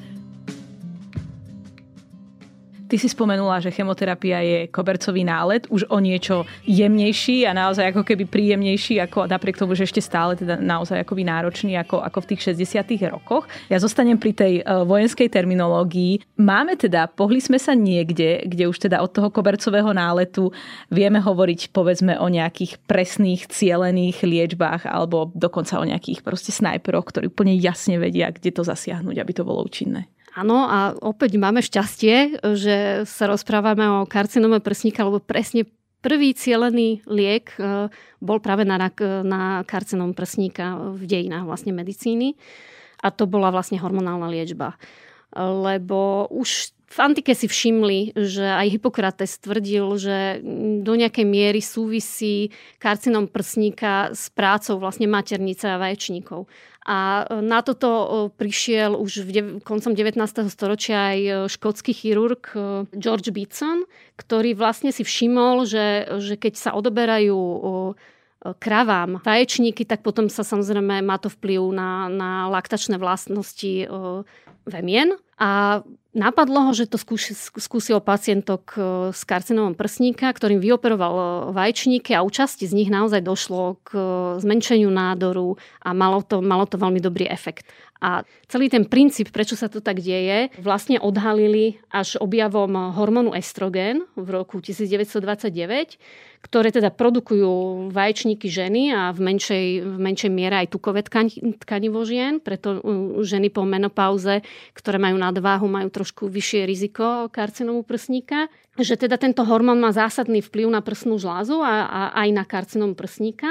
Ty si spomenula, že chemoterapia je kobercový nálet, už o niečo jemnejší a naozaj ako keby príjemnejší, ako napriek tomu, že ešte stále teda naozaj akoby náročný ako, ako v tých šesťdesiatych rokoch. Ja zostanem pri tej uh, vojenskej terminológii. Máme teda, pohli sme sa niekde, kde už teda od toho kobercového náletu vieme hovoriť povedzme o nejakých presných, cielených liečbách alebo dokonca o nejakých proste snajperoch, ktorí úplne jasne vedia, kde to zasiahnuť, aby to bolo účinné. Áno, a opäť máme šťastie, že sa rozprávame o karcinome prsníka, lebo presne prvý cielený liek bol práve na, na karcinom prsníka v dejinách vlastne medicíny. A to bola vlastne hormonálna liečba. Lebo už v antike si všimli, že aj Hippokrates tvrdil, že do nejakej miery súvisí karcinom prsníka s prácou vlastne maternice a vaječníkov. A na toto prišiel už v dev- koncom devätnásteho storočia aj škótsky chirurg George Beatson, ktorý vlastne si všimol, že, že keď sa odoberajú kravám vaječníky, tak potom sa samozrejme má to vplyv na, na laktačné vlastnosti vemien. A napadlo ho, že to skúsil pacientok s karcinomom prsníka, ktorým vyoperoval vaječníky a u časti z nich naozaj došlo k zmenšeniu nádoru a malo to, malo to veľmi dobrý efekt. A celý ten princíp, prečo sa to tak deje, vlastne odhalili až objavom hormónu estrogén v roku devätnásťstodvadsaťdeväť, ktoré teda produkujú vaječníky ženy a v menšej, v menšej miere aj tukové tkanivo žien, preto ženy po menopauze, ktoré majú nadváhu, majú trošku vyššie riziko karcinomu prsníka, že teda tento hormón má zásadný vplyv na prsnú žľazu a, a aj na karcinom prsníka.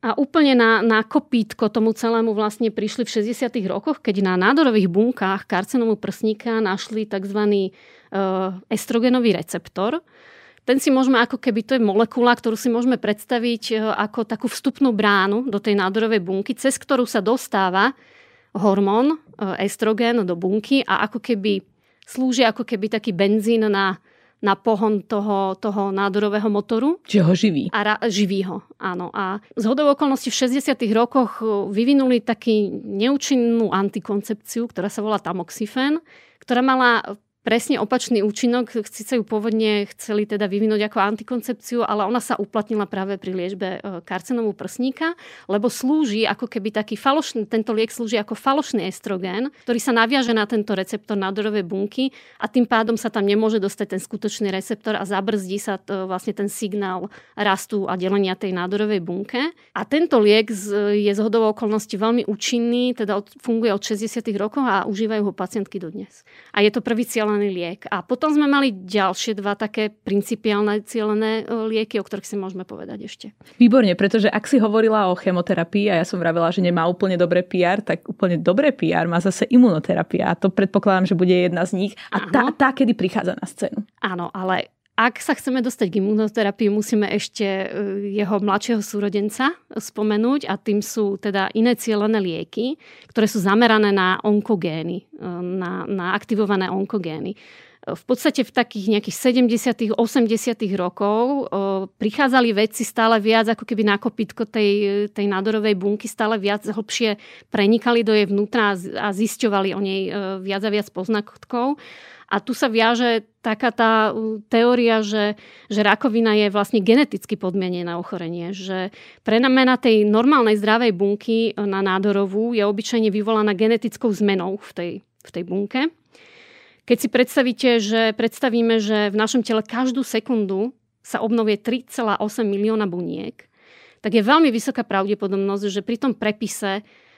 A úplne na, na kopítko tomu celému vlastne prišli v šesťdesiatych rokoch, keď na nádorových bunkách karcinómu prsníka našli tzv. Estrogenový receptor. Ten si môžeme ako keby, to je molekula, ktorú si môžeme predstaviť ako takú vstupnú bránu do tej nádorovej bunky, cez ktorú sa dostáva hormón estrogen do bunky a ako keby slúži ako keby taký benzín na na pohon toho, toho nádorového motoru. Čiže ho živí. A ra, živí ho, áno. A zhodou okolností v šesťdesiatych rokoch vyvinuli taký neúčinnú antikoncepciu, ktorá sa volá tamoxifen, ktorá mala presne opačný účinok. Síce ju pôvodne chceli teda vyvinúť ako antikoncepciu, ale ona sa uplatnila práve pri liečbe karcinómu prsníka, lebo slúži ako keby taký falošný, tento liek slúži ako falošný estrogén, ktorý sa naviaže na tento receptor nádorovej bunky a tým pádom sa tam nemôže dostať ten skutočný receptor a zabrzdí sa to, vlastne ten signál rastu a delenia tej nádorovej bunke. A tento liek je zhodou okolností veľmi účinný, teda funguje od šesťdesiatych rokov a užívajú ho pacientky dodnes. A je to prvý cieľ liek. A potom sme mali ďalšie dva také principiálne cielené lieky, o ktorých si môžeme povedať ešte. Výborne, pretože ak si hovorila o chemoterapii a ja som vravela, že nemá úplne dobré pé er, tak úplne dobré pé er má zase imunoterapia. A to predpokladám, že bude jedna z nich. A tá, tá kedy prichádza na scénu. Áno, ale ak sa chceme dostať k imunoterapii, musíme ešte jeho mladšieho súrodenca spomenúť a tým sú teda iné cielené lieky, ktoré sú zamerané na onkogény, na, na aktivované onkogény. V podstate v takých nejakých sedemdesiatych, osemdesiatych rokov prichádzali vedci stále viac ako keby na kopítko tej, tej nádorovej bunky, stále viac hlbšie prenikali do jej vnútra a zisťovali o nej viac a viac poznatkov. A tu sa viaže taká tá teória, že, že rakovina je vlastne geneticky podmienené ochorenie. Že premena tej normálnej zdravej bunky na nádorovú je obyčajne vyvolaná genetickou zmenou v tej, v tej bunke. Keď si predstavíte, že predstavíme, že v našom tele každú sekundu sa obnovie tri celé osem milióna buniek, tak je veľmi vysoká pravdepodobnosť, že pri tom prepise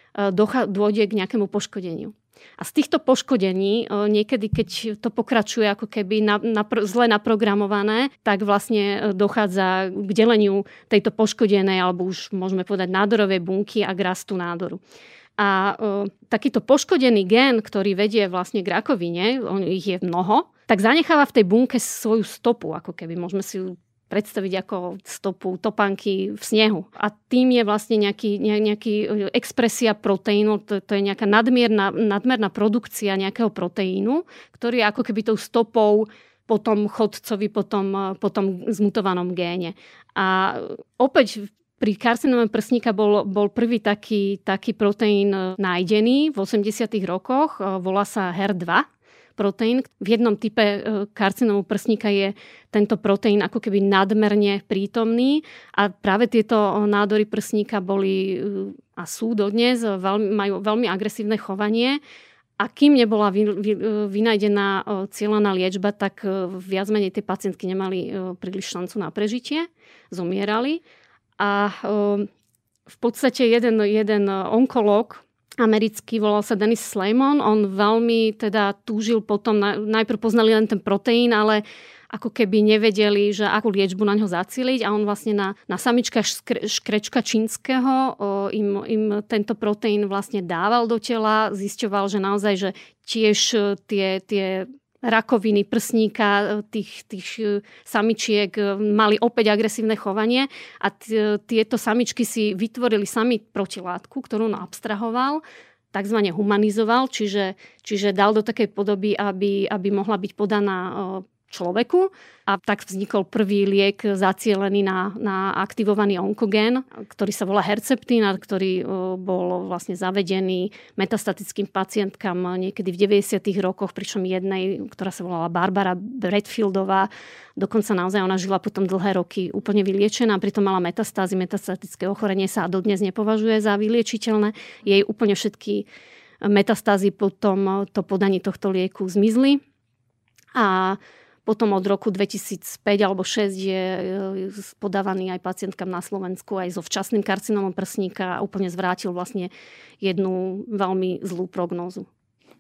dôjde k nejakému poškodeniu. A z týchto poškodení niekedy, keď to pokračuje ako keby na, na, zle naprogramované, tak vlastne dochádza k deleniu tejto poškodenej, alebo už môžeme povedať nádorovej bunky a k rastu nádoru. A e, takýto poškodený gén, ktorý vedie vlastne k rakovine, on, ich je mnoho, tak zanecháva v tej bunke svoju stopu, ako keby môžeme si ju predstaviť ako stopu topánky v snehu. A tým je vlastne nejaký, nejaký expresia proteínu, to, to je nejaká nadmierna, nadmerná produkcia nejakého proteínu, ktorý je ako keby tou stopou po tom chodcovi, po tom, po tom zmutovanom géne. A opäť pri karcinóme prsníka bol, bol prvý taký, taký proteín nájdený v osemdesiatych rokoch, volá sa hé er dva. Proteín. V jednom type karcinómu prsníka je tento proteín ako keby nadmerne prítomný a práve tieto nádory prsníka boli a sú dodnes, veľmi, majú veľmi agresívne chovanie a kým nebola vy, vy, vynajdená cielená liečba, tak viac menej tie pacientky nemali príliš šancu na prežitie, zomierali a v podstate jeden, jeden onkológ americký, volal sa Dennis Slamon. On veľmi teda túžil potom, najprv poznali len ten proteín, ale ako keby nevedeli, že akú liečbu na ňo zacieliť a on vlastne na, na samičkách škre, škrečka čínskeho o, im, im tento proteín vlastne dával do tela, zisťoval, že naozaj, že tiež tie, tie rakoviny prsníka, tých, tých samičiek mali opäť agresívne chovanie a t- tieto samičky si vytvorili sami protilátku, ktorú on abstrahoval, takzvané humanizoval, čiže, čiže dal do takej podoby, aby, aby mohla byť podaná človeku a tak vznikol prvý liek zacielený na, na aktivovaný onkogén, ktorý sa volá Herceptin, ktorý bol vlastne zavedený metastatickým pacientkám niekedy v deväťdesiatych rokoch, pričom jednej, ktorá sa volala Barbara Bradfieldová, dokonca naozaj ona žila potom dlhé roky úplne vyliečená, pritom mala metastázy, metastatické ochorenie sa dodnes nepovažuje za vyliečiteľné. Jej úplne všetky metastázy potom to podanie tohto lieku zmizli a potom od roku dvetisícpäť alebo šesť je podávaný aj pacientkám na Slovensku aj so včasným karcinómom prsníka a úplne zvrátil vlastne jednu veľmi zlú prognózu.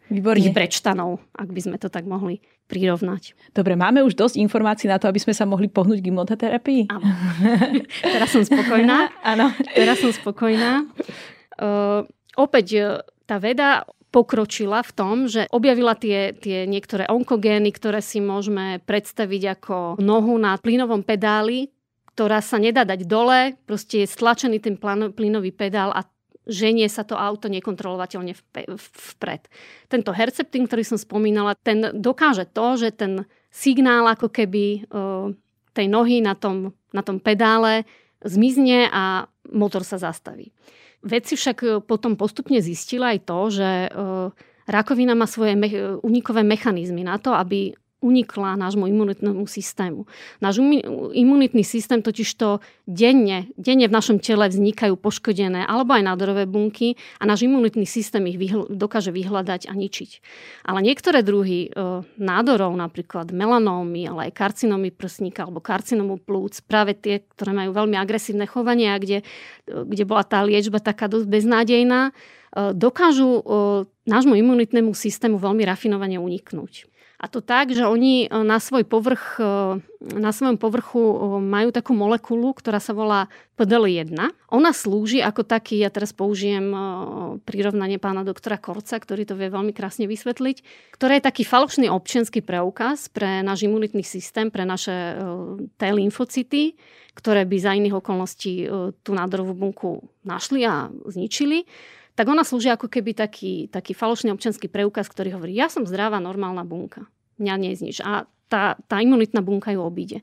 Výborne. tých brečtanov, ak by sme to tak mohli prirovnať. Dobre, máme už dosť informácií na to, aby sme sa mohli pohnúť k imunoterapii? Áno. Teraz som spokojná. Áno. Teraz som spokojná. Uh, opäť tá veda pokročila v tom, že objavila tie, tie niektoré onkogény, ktoré si môžeme predstaviť ako nohu na plynovom pedáli, ktorá sa nedá dať dole, proste je stlačený ten plynový pedál a ženie sa to auto nekontrolovateľne vpred. Tento herceptin, ktorý som spomínala, ten dokáže to, že ten signál ako keby tej nohy na tom, na tom pedále zmizne a motor sa zastaví. Vedci však potom postupne zistili aj to, že rakovina má svoje unikové mechanizmy na to, aby unikla nášmu imunitnému systému. Náš imunitný systém totižto denne, denne v našom tele vznikajú poškodené alebo aj nádorové bunky a náš imunitný systém ich vyhl- dokáže vyhľadať a ničiť. Ale niektoré druhy e, nádorov, napríklad melanómy, ale aj karcinómy prsníka alebo karcinómu plúc, práve tie, ktoré majú veľmi agresívne chovanie a kde, kde bola tá liečba taká dosť beznádejná, e, dokážu e, nášmu imunitnému systému veľmi rafinovane uniknúť. A to tak, že oni na svoj povrch, na svojom povrchu majú takú molekulu, ktorá sa volá pé dé el jeden. Ona slúži ako taký, ja teraz použijem prirovnanie pána doktora Korca, ktorý to vie veľmi krásne vysvetliť, ktorá je taký falošný občiansky preukaz pre náš imunitný systém, pre naše T-lymfocyty, ktoré by za iných okolností tú nádorovú bunku našli a zničili. Tak ona slúži ako keby taký, taký falošný občiansky preukaz, ktorý hovorí, ja som zdravá, normálna bunka. Mňa neznič. A tá, tá imunitná bunka ju obíde.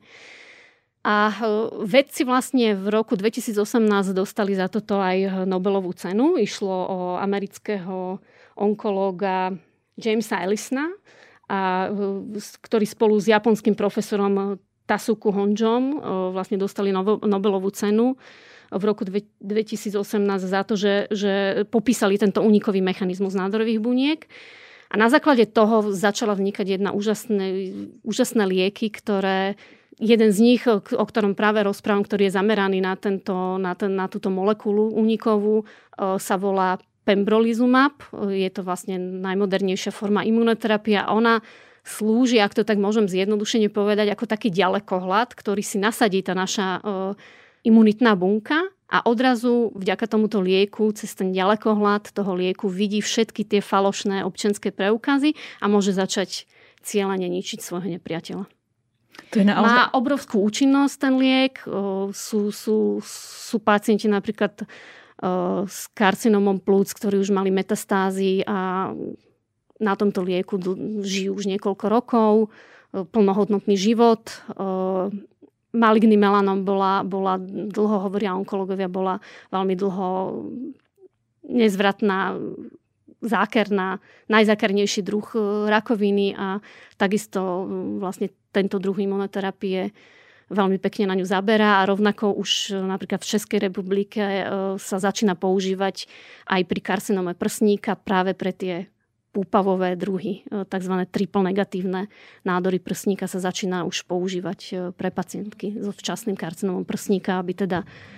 A vedci vlastne v roku dvetisícosemnásť dostali za toto aj Nobelovú cenu. Išlo o amerického onkológa Jamesa Ellisona, a, ktorý spolu s japonským profesorom Tasuku Honjom vlastne dostali Nobelovú cenu v roku dvetisícosemnásť za to, že, že popísali tento unikový mechanizmus nádorových buniek. A na základe toho začala vznikať jedna úžasné, úžasné lieky, ktoré jeden z nich, o ktorom práve rozprávam, ktorý je zameraný na, tento, na, ten, na túto molekulu unikovú, sa volá pembrolizumab. Je to vlastne najmodernejšia forma imunoterapia. Ona slúži, ak to tak môžem zjednodušene povedať, ako taký ďalekohľad, ktorý si nasadí tá naša imunitná bunka a odrazu vďaka tomuto lieku cez ten ďalekohľad toho lieku vidí všetky tie falošné občianske preukazy a môže začať cieľene ničiť svojho nepriateľa. To je naozaj... Má obrovskú účinnosť ten liek. Sú, sú, sú pacienti napríklad s karcinomom plúc, ktorí už mali metastázy a na tomto lieku žijú už niekoľko rokov. Plnohodnotný život. Maligný melanom bola, bola dlho, hovoria onkológovia, bola veľmi dlho nezvratná, zákerná, najzákernejší druh rakoviny a takisto vlastne tento druh imunoterapie veľmi pekne na ňu zaberá a rovnako už napríklad v Českej republike sa začína používať aj pri karcinome prsníka práve pre tie púpavové druhy, tzv. Triple negatívne nádory prsníka sa začína už používať pre pacientky so včasným karcinomom prsníka, aby teda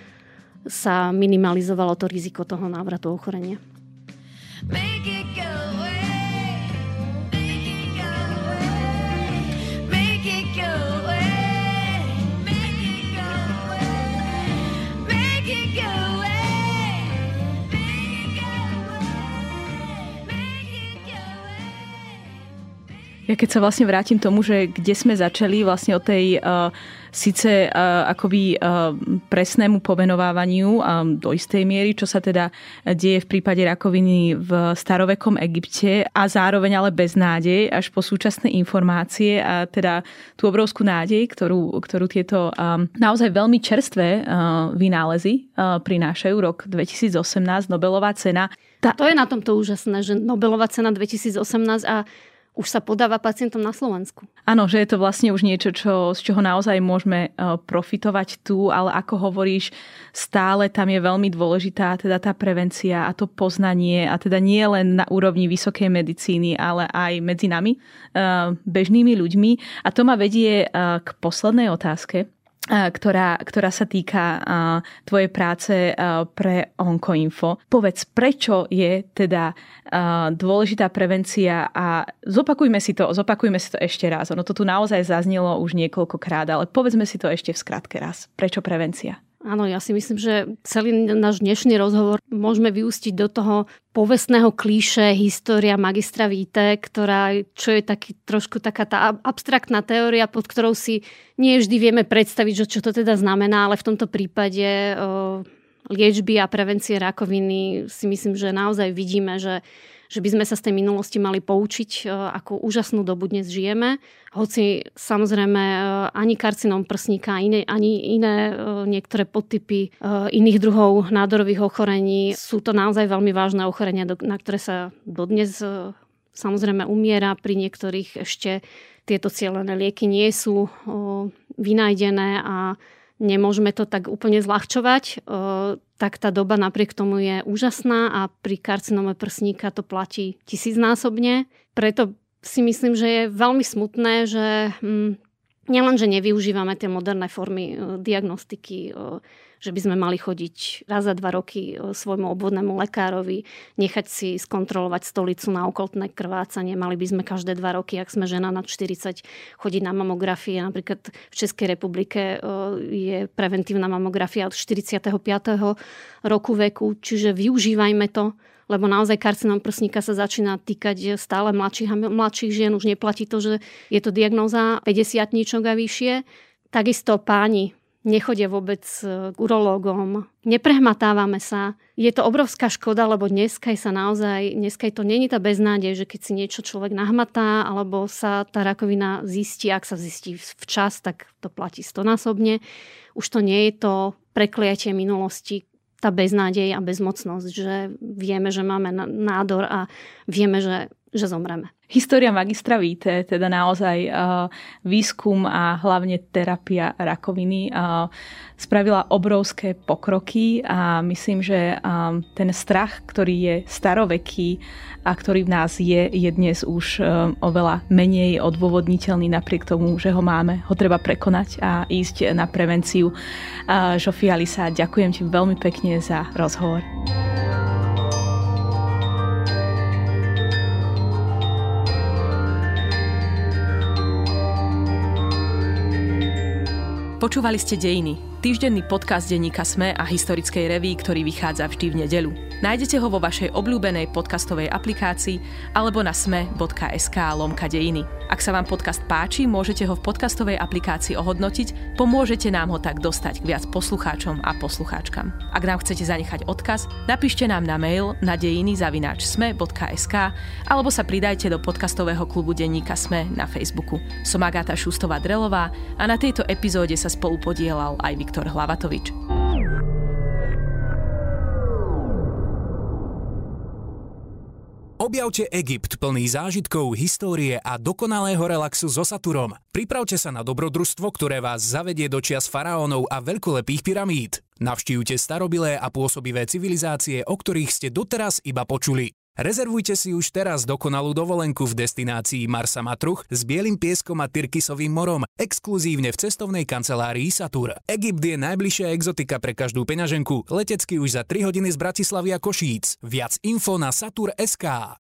sa minimalizovalo to riziko toho návratu ochorenia. Make it go away. Make it go away. Make it go away. Make it go away. Make it go away. Ja keď sa vlastne vrátim tomu, že kde sme začali vlastne o tej uh, síce uh, akoby uh, presnému pomenovávaniu uh, do istej miery, čo sa teda deje v prípade rakoviny v starovekom Egypte a zároveň ale bez nádej až po súčasné informácie a teda tú obrovskú nádej, ktorú, ktorú tieto um, naozaj veľmi čerstvé uh, vynálezy uh, prinášajú. Rok dvetisícosemnásť, Nobelová cena. Tá... To je na tomto úžasné, že Nobelová cena dvetisícosemnásť a už sa podáva pacientom na Slovensku. Áno, že je to vlastne už niečo, čo, z čoho naozaj môžeme profitovať tu, ale ako hovoríš, stále tam je veľmi dôležitá teda tá prevencia a to poznanie a teda nie len na úrovni vysokej medicíny, ale aj medzi nami, bežnými ľuďmi. A to ma vedie k poslednej otázke. ktorá, ktorá sa týka uh, tvojej práce uh, pre Onkoinfo. Povedz, prečo je teda uh, dôležitá prevencia a zopakujme si to, zopakujme si to ešte raz. Ono to tu naozaj zaznelo už niekoľkokrát, ale povedzme si to ešte v skratke raz. Prečo prevencia? Áno, ja si myslím, že celý náš dnešný rozhovor môžeme vyústiť do toho povestného klíše história magistra vitae, ktorá, čo je taký, trošku taká tá abstraktná teória, pod ktorou si nie vždy vieme predstaviť, že čo to teda znamená, ale v tomto prípade o, liečby a prevencie rakoviny si myslím, že naozaj vidíme, že že by sme sa z tej minulosti mali poučiť, akú úžasnú dobu dnes žijeme. Hoci samozrejme ani karcinom prsníka, ani, ani iné niektoré podtypy iných druhov nádorových ochorení sú to naozaj veľmi vážne ochorenia, na ktoré sa dodnes samozrejme umiera. Pri niektorých ešte tieto cielené lieky nie sú vynajdené a nemôžeme to tak úplne zľahčovať, tak tá doba napriek tomu je úžasná a pri karcinome prsníka to platí tisícnásobne. Preto si myslím, že je veľmi smutné, že nielen, že nevyužívame tie moderné formy diagnostiky, že by sme mali chodiť raz za dva roky svojmu obvodnému lekárovi, nechať si skontrolovať stolicu na okoltné krvácanie. Mali by sme každé dva roky, ak sme žena nad štyridsať, chodiť na mamografie. Napríklad v Českej republike je preventívna mamografia od štyridsiateho piateho roku veku, čiže využívajme to, lebo naozaj karcinom prsníka sa začína týkať stále mladších a mladších žien. Už neplatí to, že je to diagnóza päťdesiatničok a vyššie. Takisto páni, nechodia vôbec k urológom, neprehmatávame sa. Je to obrovská škoda, lebo dneska sa naozaj, dneska to není tá beznádej, že keď si niečo človek nahmatá, alebo sa tá rakovina zistí, ak sa zistí včas, tak to platí stonásobne. Už to nie je to prekliatie minulosti, tá beznádej a bezmocnosť, že vieme, že máme nádor a vieme, že, že zomreme. História magistra vitae, teda naozaj uh, výskum a hlavne terapia rakoviny uh, spravila obrovské pokroky a myslím, že um, ten strach, ktorý je staroveký a ktorý v nás je, je dnes už um, oveľa menej odôvodniteľný napriek tomu, že ho máme. Ho treba prekonať a ísť na prevenciu. Uh, Zsófia Lisa, ďakujem ti veľmi pekne za rozhovor. Počúvali ste Dejiny, týždenný podcast denníka SME a historickej reví, ktorý vychádza vždy v nedeľu. Nájdete ho vo vašej obľúbenej podcastovej aplikácii alebo na sme bodka es ká lomka dejiny. Ak sa vám podcast páči, môžete ho v podcastovej aplikácii ohodnotiť, pomôžete nám ho tak dostať k viac poslucháčom a poslucháčkam. Ak nám chcete zanechať odkaz, napíšte nám na mail na dejiny zavináč sme bodka es ká alebo sa pridajte do podcastového klubu denníka SME na Facebooku. Som Agáta Šustová-Drelová a na tejto epizóde sa spolu podielal aj Viktor Hlavatovič. Objavte Egypt plný zážitkov, histórie a dokonalého relaxu so Saturom. Pripravte sa na dobrodružstvo, ktoré vás zavedie do čias faraónov a veľkolepých pyramíd. Navštívte starobilé a pôsobivé civilizácie, o ktorých ste doteraz iba počuli. Rezervujte si už teraz dokonalú dovolenku v destinácii Marsa Matruh s bielým pieskom a Tyrkisovým morom, exkluzívne v cestovnej kancelárii Satur. Egypt je najbližšia exotika pre každú peňaženku, letecky už za tri hodiny z Bratislavy a Košíc. Viac info na satur bodka es ká.